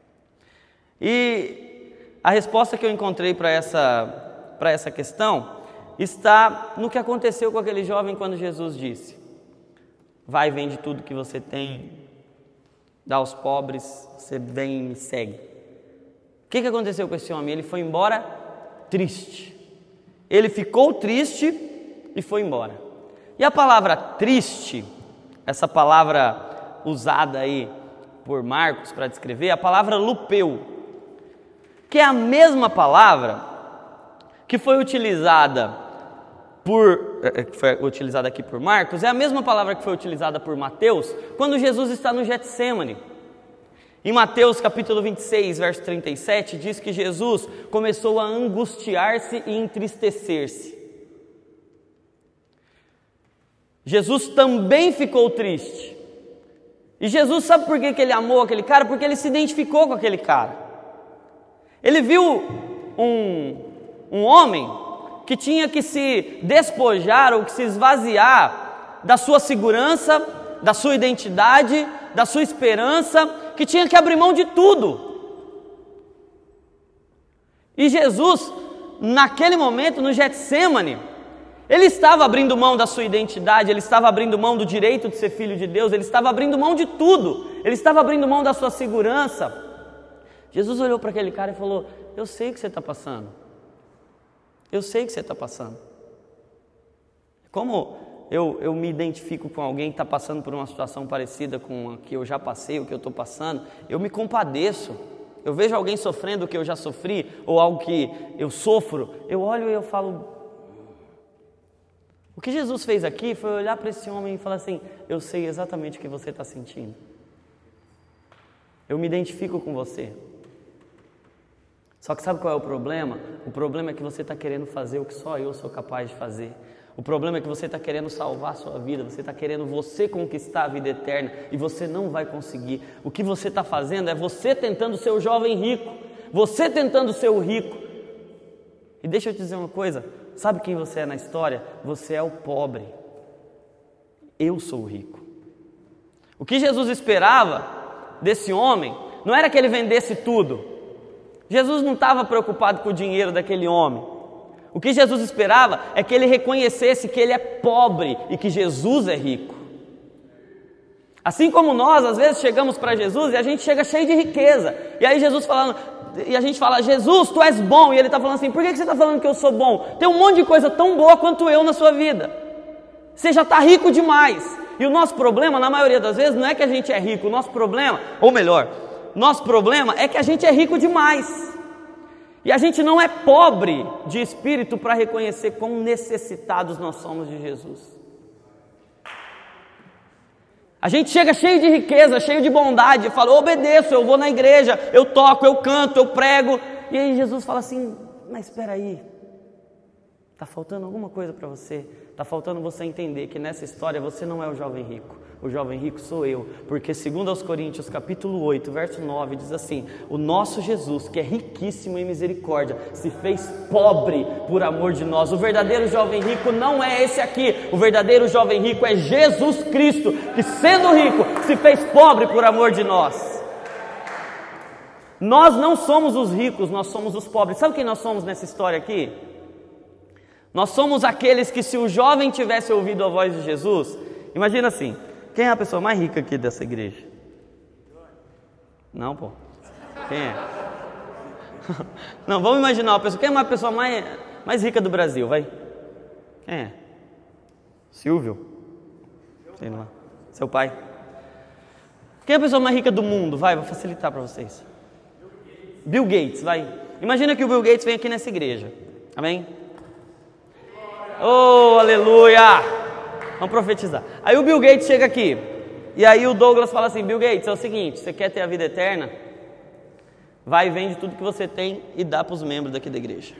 E a resposta que eu encontrei para essa questão está no que aconteceu com aquele jovem quando Jesus disse: vai, vende tudo que você tem, dá aos pobres, você vem e me segue. O que aconteceu com esse homem? Ele foi embora triste. Ele ficou triste e foi embora. E a palavra triste, essa palavra usada aí por Marcos para descrever, é a palavra lupeu, que é a mesma palavra que foi utilizada aqui por Marcos, é a mesma palavra que foi utilizada por Mateus, quando Jesus está no Getsêmani. Em Mateus capítulo 26, verso 37, diz que Jesus começou a angustiar-se e entristecer-se. Jesus também ficou triste. E Jesus sabe por que ele amou aquele cara? Porque ele se identificou com aquele cara. Ele viu um homem que tinha que se despojar ou que se esvaziar da sua segurança, da sua identidade, da sua esperança, que tinha que abrir mão de tudo. E Jesus, naquele momento, no Getsêmani, ele estava abrindo mão da sua identidade, ele estava abrindo mão do direito de ser filho de Deus, ele estava abrindo mão de tudo, ele estava abrindo mão da sua segurança. Jesus olhou para aquele cara e falou: eu sei o que você está passando. Eu sei o que você está passando. Como eu me identifico com alguém que está passando por uma situação parecida com a que eu já passei, o que eu estou passando, eu me compadeço. Eu vejo alguém sofrendo o que eu já sofri, ou algo que eu sofro, eu olho e eu falo... O que Jesus fez aqui foi olhar para esse homem e falar assim: eu sei exatamente o que você está sentindo. Eu me identifico com você. Só que sabe qual é o problema? O problema é que você está querendo fazer o que só eu sou capaz de fazer. O problema é que você está querendo salvar a sua vida, você está querendo você conquistar a vida eterna e você não vai conseguir. O que você está fazendo é você tentando ser o jovem rico, você tentando ser o rico. E deixa eu te dizer uma coisa, sabe quem você é na história? Você é o pobre. Eu sou o rico. O que Jesus esperava desse homem não era que ele vendesse tudo. Jesus não estava preocupado com o dinheiro daquele homem. O que Jesus esperava é que ele reconhecesse que ele é pobre e que Jesus é rico. Assim como nós, às vezes, chegamos para Jesus e a gente chega cheio de riqueza. E aí Jesus falando, e a gente fala: Jesus, tu és bom. E ele está falando assim: por que você está falando que eu sou bom? Tem um monte de coisa tão boa quanto eu na sua vida. Você já está rico demais. E o nosso problema, na maioria das vezes, não é que a gente é rico. O nosso problema, ou melhor, nosso problema é que a gente é rico demais. E a gente não é pobre de espírito para reconhecer quão necessitados nós somos de Jesus. A gente chega cheio de riqueza, cheio de bondade, e fala: eu obedeço, eu vou na igreja, eu toco, eu canto, eu prego. E aí Jesus fala assim: mas espera aí, está faltando alguma coisa para você. Está faltando você entender que nessa história você não é o jovem rico. O jovem rico sou eu, porque segundo aos Coríntios capítulo 8, verso 9, diz assim: o nosso Jesus, que é riquíssimo em misericórdia, se fez pobre por amor de nós. O verdadeiro jovem rico não é esse aqui. O verdadeiro jovem rico é Jesus Cristo, que sendo rico, se fez pobre por amor de nós. Nós não somos os ricos, nós somos os pobres. Sabe quem nós somos nessa história aqui? Nós somos aqueles que, se o jovem tivesse ouvido a voz de Jesus, imagina assim: quem é a pessoa mais rica aqui dessa igreja? Não, pô. Quem é? Não, vamos imaginar uma pessoa. Quem é uma pessoa mais rica do Brasil? Vai. Quem é? Silvio? Sei lá. Seu pai? Quem é a pessoa mais rica do mundo? Vai, vou facilitar para vocês. Bill Gates, vai. Imagina que o Bill Gates vem aqui nessa igreja. Amém? Oh, aleluia! Vamos profetizar. Aí o Bill Gates chega aqui. E aí o Douglas fala assim: Bill Gates, é o seguinte, você quer ter a vida eterna? Vai e vende tudo que você tem e dá para os membros daqui da igreja.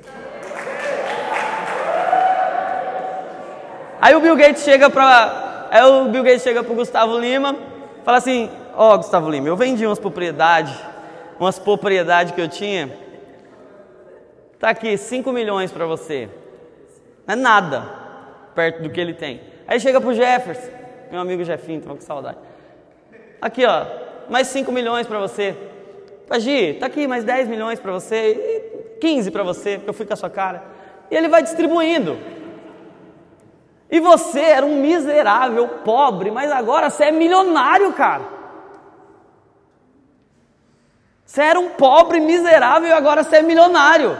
Aí o Bill Gates chega pro Gustavo Lima, fala assim: ó, Gustavo Lima, eu vendi umas propriedades que eu tinha. Tá aqui, 5 milhões para você. Não é nada perto do que ele tem. Aí chega pro Jefferson, meu amigo Jefinho, tô com saudade. Aqui, ó, mais 5 milhões para você. Gi, tá aqui mais 10 milhões para você, 15 para você, porque eu fui com a sua cara. E ele vai distribuindo. E você era um miserável, pobre, mas agora você é milionário, cara. Você era um pobre, miserável e agora você é milionário.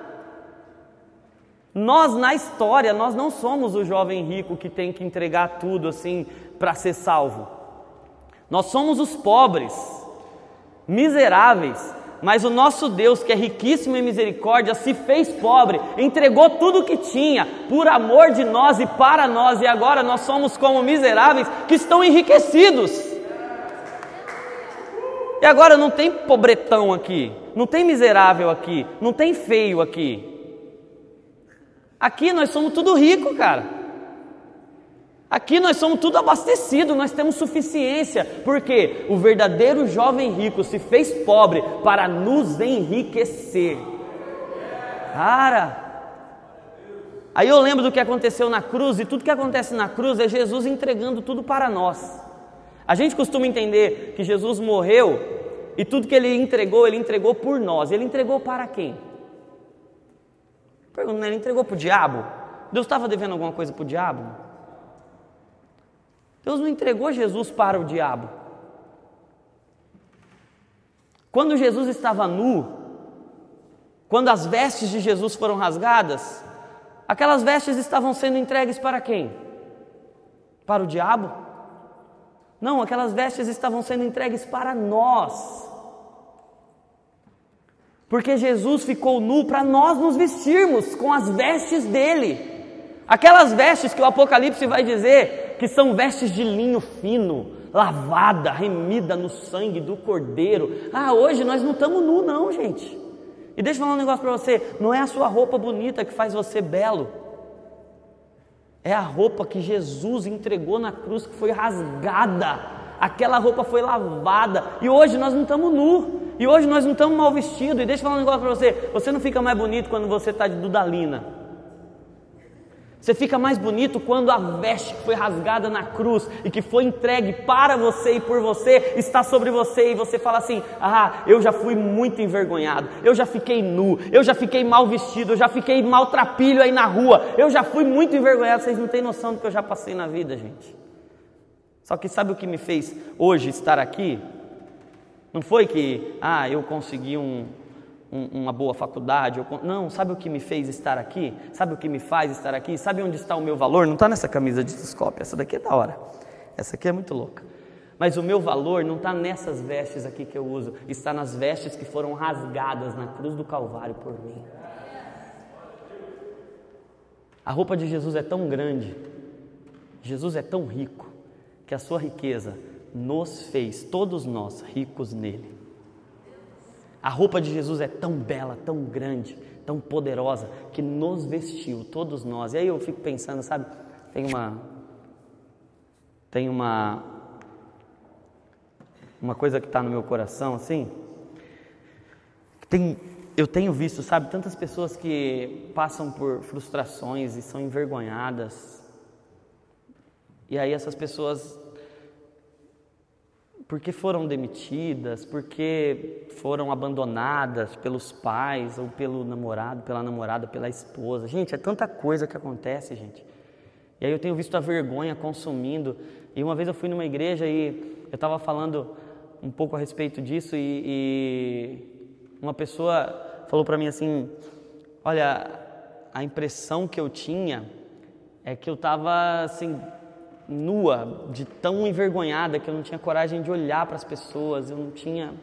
Nós, na história, nós não somos o jovem rico que tem que entregar tudo assim para ser salvo. Nós somos os pobres, miseráveis, mas o nosso Deus, que é riquíssimo em misericórdia, se fez pobre, entregou tudo o que tinha, por amor de nós e para nós, e agora nós somos como miseráveis que estão enriquecidos. E agora não tem pobretão aqui, não tem miserável aqui, não tem feio aqui. Aqui nós somos tudo rico, cara. Aqui nós somos tudo abastecido, nós temos suficiência, porque o verdadeiro jovem rico se fez pobre para nos enriquecer. Cara, aí eu lembro do que aconteceu na cruz, e tudo que acontece na cruz é Jesus entregando tudo para nós. A gente costuma entender que Jesus morreu, e tudo que ele entregou por nós. Ele entregou para quem? Pergunta, ele entregou para o diabo? Deus estava devendo alguma coisa para o diabo? Deus não entregou Jesus para o diabo. Quando Jesus estava nu, quando as vestes de Jesus foram rasgadas, aquelas vestes estavam sendo entregues para quem? Para o diabo? Não, aquelas vestes estavam sendo entregues para nós. Porque Jesus ficou nu para nós nos vestirmos com as vestes dele. Aquelas vestes que o Apocalipse vai dizer que são vestes de linho fino, lavada, remida no sangue do Cordeiro. Hoje nós não estamos nu não, gente. E deixa eu falar um negócio para você, não é a sua roupa bonita que faz você belo. É a roupa que Jesus entregou na cruz, que foi rasgada. Aquela roupa foi lavada. E hoje nós não estamos nu. E hoje nós não estamos mal vestidos. E deixa eu falar um negócio para você, você não fica mais bonito quando você está de dudalina. Você fica mais bonito quando a veste que foi rasgada na cruz e que foi entregue para você e por você está sobre você, e você fala assim: eu já fui muito envergonhado, eu já fiquei nu, eu já fiquei mal vestido, eu já fiquei maltrapilho aí na rua, eu já fui muito envergonhado. Vocês não têm noção do que eu já passei na vida, gente. Só que sabe o que me fez hoje estar aqui? Não foi que eu consegui uma boa faculdade, não, sabe o que me fez estar aqui? Sabe o que me faz estar aqui? Sabe onde está o meu valor? Não está nessa camisa de telescópio, essa daqui é da hora, essa aqui é muito louca, mas o meu valor não está nessas vestes aqui que eu uso, está nas vestes que foram rasgadas na cruz do Calvário por mim. A roupa de Jesus é tão grande, Jesus é tão rico, que a sua riqueza nos fez, todos nós, ricos nele. A roupa de Jesus é tão bela, tão grande, tão poderosa, que nos vestiu, todos nós. E aí eu fico pensando, sabe, tem uma coisa que está no meu coração, assim, eu tenho visto, sabe, tantas pessoas que passam por frustrações e são envergonhadas. E aí essas pessoas, porque foram demitidas, porque foram abandonadas pelos pais, ou pelo namorado, pela namorada, pela esposa. Gente, é tanta coisa que acontece, gente. E aí eu tenho visto a vergonha consumindo. E uma vez eu fui numa igreja e eu estava falando um pouco a respeito disso e uma pessoa falou para mim assim, olha, a impressão que eu tinha é que eu estava assim, nua, de tão envergonhada que eu não tinha coragem de olhar para as pessoas, eu não tinha...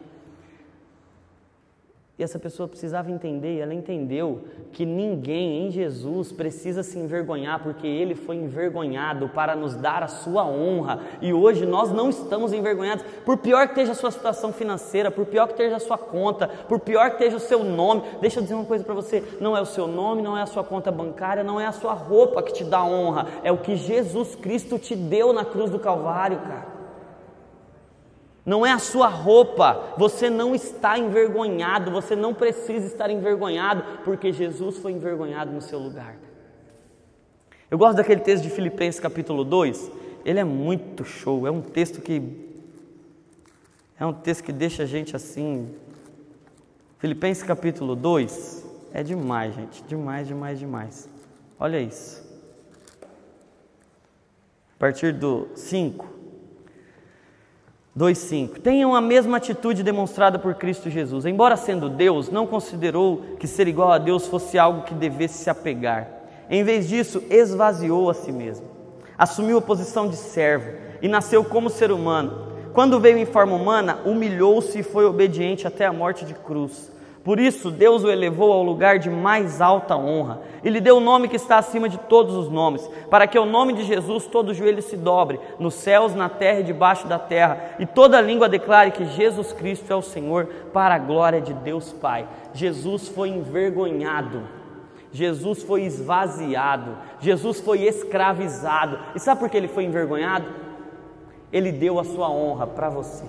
E essa pessoa precisava entender, e ela entendeu que ninguém em Jesus precisa se envergonhar, porque Ele foi envergonhado para nos dar a sua honra. E hoje nós não estamos envergonhados, por pior que esteja a sua situação financeira, por pior que esteja a sua conta, por pior que esteja o seu nome. Deixa eu dizer uma coisa para você, não é o seu nome, não é a sua conta bancária, não é a sua roupa que te dá honra, é o que Jesus Cristo te deu na cruz do Calvário, cara. Não é a sua roupa, você não está envergonhado, você não precisa estar envergonhado, porque Jesus foi envergonhado no seu lugar. Eu gosto daquele texto de Filipenses capítulo 2, ele é muito show, é um texto que deixa a gente assim. Filipenses capítulo 2, é demais, gente, demais. Olha isso. A partir do 5. 2:5. Tenham a mesma atitude demonstrada por Cristo Jesus. Embora sendo Deus, não considerou que ser igual a Deus fosse algo que devesse se apegar. Em vez disso, esvaziou a si mesmo. Assumiu a posição de servo e nasceu como ser humano. Quando veio em forma humana, humilhou-se e foi obediente até a morte de cruz. Por isso, Deus o elevou ao lugar de mais alta honra e lhe deu o nome que está acima de todos os nomes, para que ao nome de Jesus todo joelho se dobre, nos céus, na terra e debaixo da terra, e toda língua declare que Jesus Cristo é o Senhor, para a glória de Deus Pai. Jesus foi envergonhado, Jesus foi esvaziado, Jesus foi escravizado. E sabe por que ele foi envergonhado? Ele deu a sua honra para você.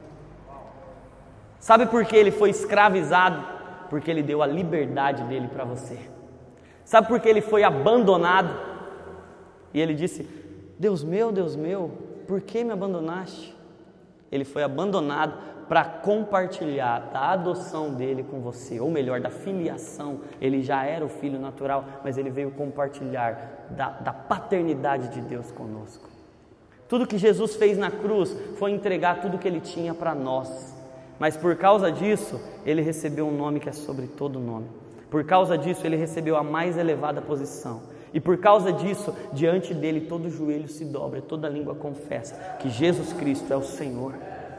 Sabe por que ele foi escravizado? Porque ele deu a liberdade dele para você. Sabe por que ele foi abandonado? E ele disse, Deus meu, por que me abandonaste? Ele foi abandonado para compartilhar da adoção dele com você, ou melhor, da filiação. Ele já era o filho natural, mas ele veio compartilhar da paternidade de Deus conosco. Tudo que Jesus fez na cruz foi entregar tudo que ele tinha para nós. Mas por causa disso, ele recebeu um nome que é sobre todo nome. Por causa disso, ele recebeu a mais elevada posição. E por causa disso, diante dele, todo joelho se dobra, toda língua confessa que Jesus Cristo é o Senhor.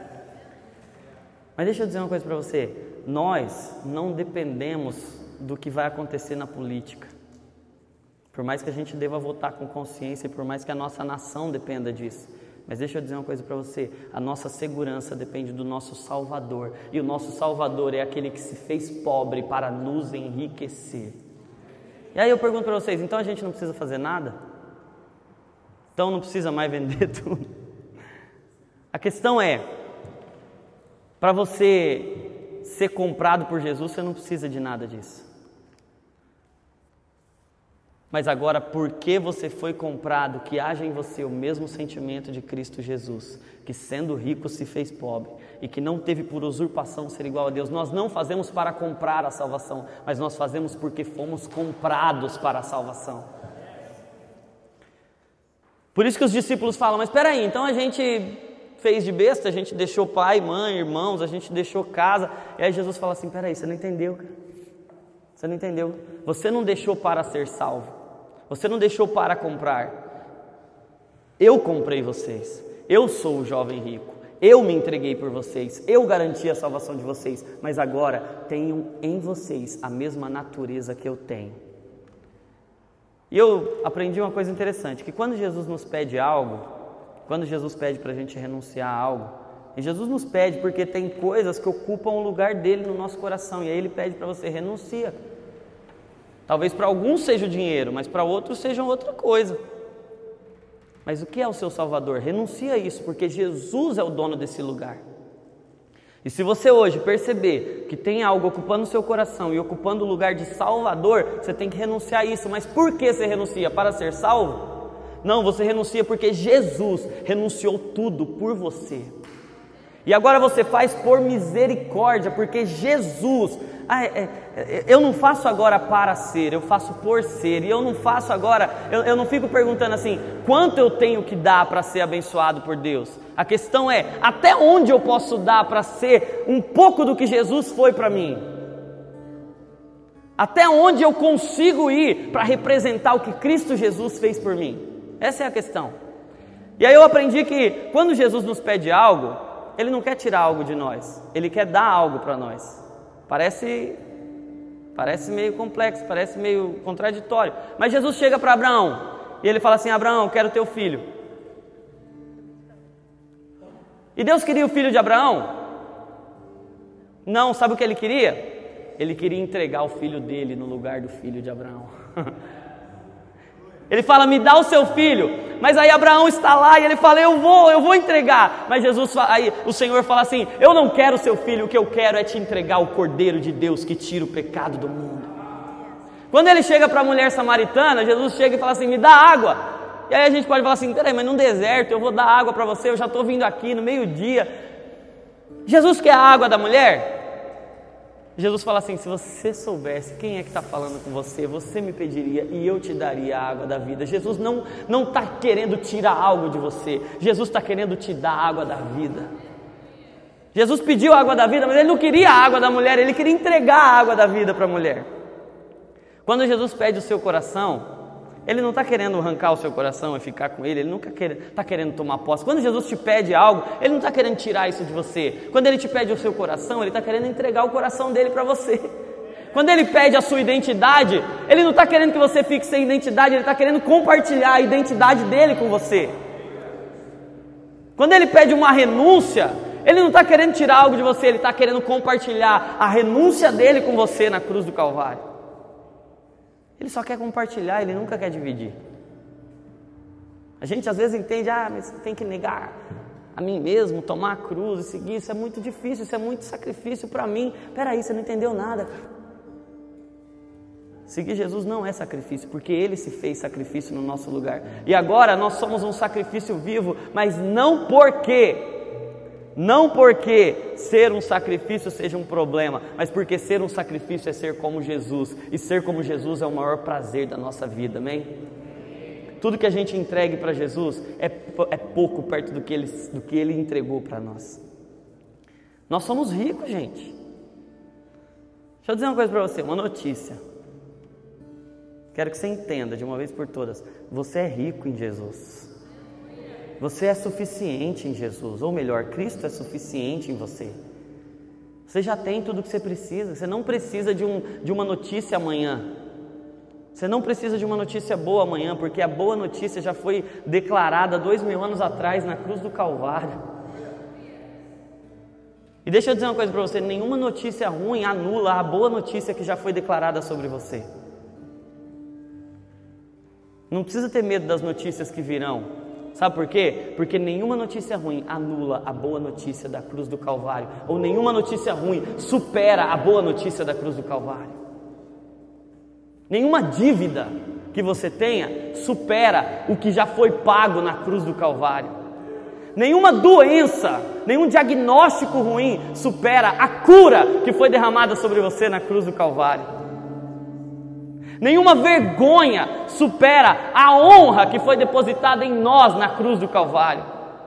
Mas deixa eu dizer uma coisa para você. Nós não dependemos do que vai acontecer na política. Por mais que a gente deva votar com consciência e por mais que a nossa nação dependa disso. Mas deixa eu dizer uma coisa para você, a nossa segurança depende do nosso Salvador, e o nosso Salvador é aquele que se fez pobre para nos enriquecer. E aí eu pergunto para vocês, então a gente não precisa fazer nada? Então não precisa mais vender tudo? A questão é, para você ser comprado por Jesus, você não precisa de nada disso. Mas agora, porque você foi comprado, que haja em você o mesmo sentimento de Cristo Jesus, que sendo rico se fez pobre, e que não teve por usurpação ser igual a Deus. Nós não fazemos para comprar a salvação, mas nós fazemos porque fomos comprados para a salvação. Por isso que os discípulos falam, mas espera aí, então a gente fez de besta, a gente deixou pai, mãe, irmãos, a gente deixou casa, e aí Jesus fala assim, espera aí, você não entendeu, cara. Você não entendeu? Você não deixou para ser salvo. Você não deixou para comprar. Eu comprei vocês. Eu sou o jovem rico. Eu me entreguei por vocês. Eu garanti a salvação de vocês. Mas agora tenham em vocês a mesma natureza que eu tenho. E eu aprendi uma coisa interessante, que quando Jesus nos pede algo, quando Jesus pede para a gente renunciar a algo, e Jesus nos pede porque tem coisas que ocupam o lugar dele no nosso coração, e aí ele pede para você, renuncia. Talvez para alguns seja o dinheiro, mas para outros seja outra coisa. Mas o que é o seu Salvador? Renuncia a isso, porque Jesus é o dono desse lugar. E se você hoje perceber que tem algo ocupando o seu coração e ocupando o lugar de Salvador, você tem que renunciar a isso. Mas por que você renuncia? Para ser salvo? Não, você renuncia porque Jesus renunciou tudo por você. E agora você faz por misericórdia, porque Jesus eu não faço agora para ser, eu faço por ser. E eu não faço agora, eu não fico perguntando assim, quanto eu tenho que dar para ser abençoado por Deus? A questão é, até onde eu posso dar para ser um pouco do que Jesus foi para mim? Até onde eu consigo ir para representar o que Cristo Jesus fez por mim? Essa é a questão. E aí eu aprendi que quando Jesus nos pede algo, Ele não quer tirar algo de nós, Ele quer dar algo para nós. Parece meio complexo, parece meio contraditório. Mas Jesus chega para Abraão e Ele fala assim, Abraão, eu quero teu filho. E Deus queria o filho de Abraão? Não, sabe o que Ele queria? Ele queria entregar o filho dele no lugar do filho de Abraão. Ele fala, me dá o seu filho. Mas aí Abraão está lá e ele fala, eu vou entregar. Mas aí o Senhor fala assim, eu não quero o seu filho, o que eu quero é te entregar o Cordeiro de Deus que tira o pecado do mundo. Quando ele chega para a mulher samaritana, Jesus chega e fala assim, me dá água. E aí a gente pode falar assim, peraí, mas num deserto eu vou dar água para você, eu já estou vindo aqui no meio-dia. Jesus quer a água da mulher? Jesus fala assim, se você soubesse quem é que está falando com você, você me pediria e eu te daria a água da vida. Jesus não está querendo tirar algo de você, Jesus está querendo te dar a água da vida. Jesus pediu a água da vida, mas Ele não queria a água da mulher, Ele queria entregar a água da vida para a mulher. Quando Jesus pede o seu coração, Ele não está querendo arrancar o seu coração e ficar com Ele, Ele nunca está querendo tomar posse. Quando Jesus te pede algo, Ele não está querendo tirar isso de você. Quando Ele te pede o seu coração, Ele está querendo entregar o coração dele para você. Quando Ele pede a sua identidade, Ele não está querendo que você fique sem identidade, Ele está querendo compartilhar a identidade dele com você. Quando Ele pede uma renúncia, Ele não está querendo tirar algo de você, Ele está querendo compartilhar a renúncia dele com você na cruz do Calvário. Ele só quer compartilhar, Ele nunca quer dividir. A gente às vezes entende, mas tem que negar a mim mesmo, tomar a cruz e seguir, isso é muito difícil, isso é muito sacrifício para mim. Peraí, você não entendeu nada. Seguir Jesus não é sacrifício, porque Ele se fez sacrifício no nosso lugar. E agora nós somos um sacrifício vivo, mas não porque ser um sacrifício seja um problema, mas porque ser um sacrifício é ser como Jesus, e ser como Jesus é o maior prazer da nossa vida, amém? Tudo que a gente entregue para Jesus é pouco perto do que Ele entregou para nós. Nós somos ricos, gente. Deixa eu dizer uma coisa para você, uma notícia. Quero que você entenda de uma vez por todas, você é rico em Jesus. Você é suficiente em Jesus, ou melhor, Cristo é suficiente em você. Você já tem tudo o que você precisa, você não precisa de uma notícia amanhã. Você não precisa de uma notícia boa amanhã, porque a boa notícia já foi declarada 2000 anos atrás na cruz do Calvário. E deixa eu dizer uma coisa para você, nenhuma notícia ruim anula a boa notícia que já foi declarada sobre você. Não precisa ter medo das notícias que virão. Sabe por quê? Porque nenhuma notícia ruim anula a boa notícia da cruz do Calvário, ou nenhuma notícia ruim supera a boa notícia da cruz do Calvário. Nenhuma dívida que você tenha supera o que já foi pago na cruz do Calvário. Nenhuma doença, nenhum diagnóstico ruim supera a cura que foi derramada sobre você na cruz do Calvário. Nenhuma vergonha supera a honra que foi depositada em nós na cruz do Calvário.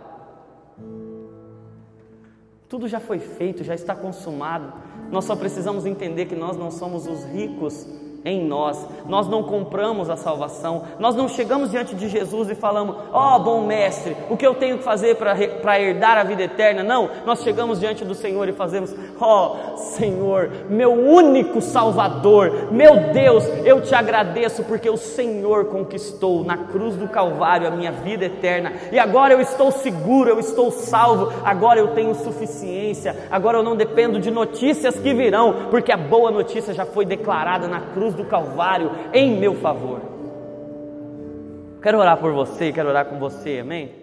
Tudo já foi feito, já está consumado. Nós só precisamos entender que nós não somos os ricos em nós não compramos a salvação, nós não chegamos diante de Jesus e falamos, bom mestre, o que eu tenho que fazer para herdar a vida eterna? Não, nós chegamos diante do Senhor e fazemos, Senhor, meu único Salvador, meu Deus, eu te agradeço porque o Senhor conquistou na cruz do Calvário a minha vida eterna, e agora eu estou seguro, eu estou salvo, agora eu tenho suficiência, agora eu não dependo de notícias que virão, porque a boa notícia já foi declarada na cruz do Calvário em meu favor. Quero orar por você, quero orar com você, amém?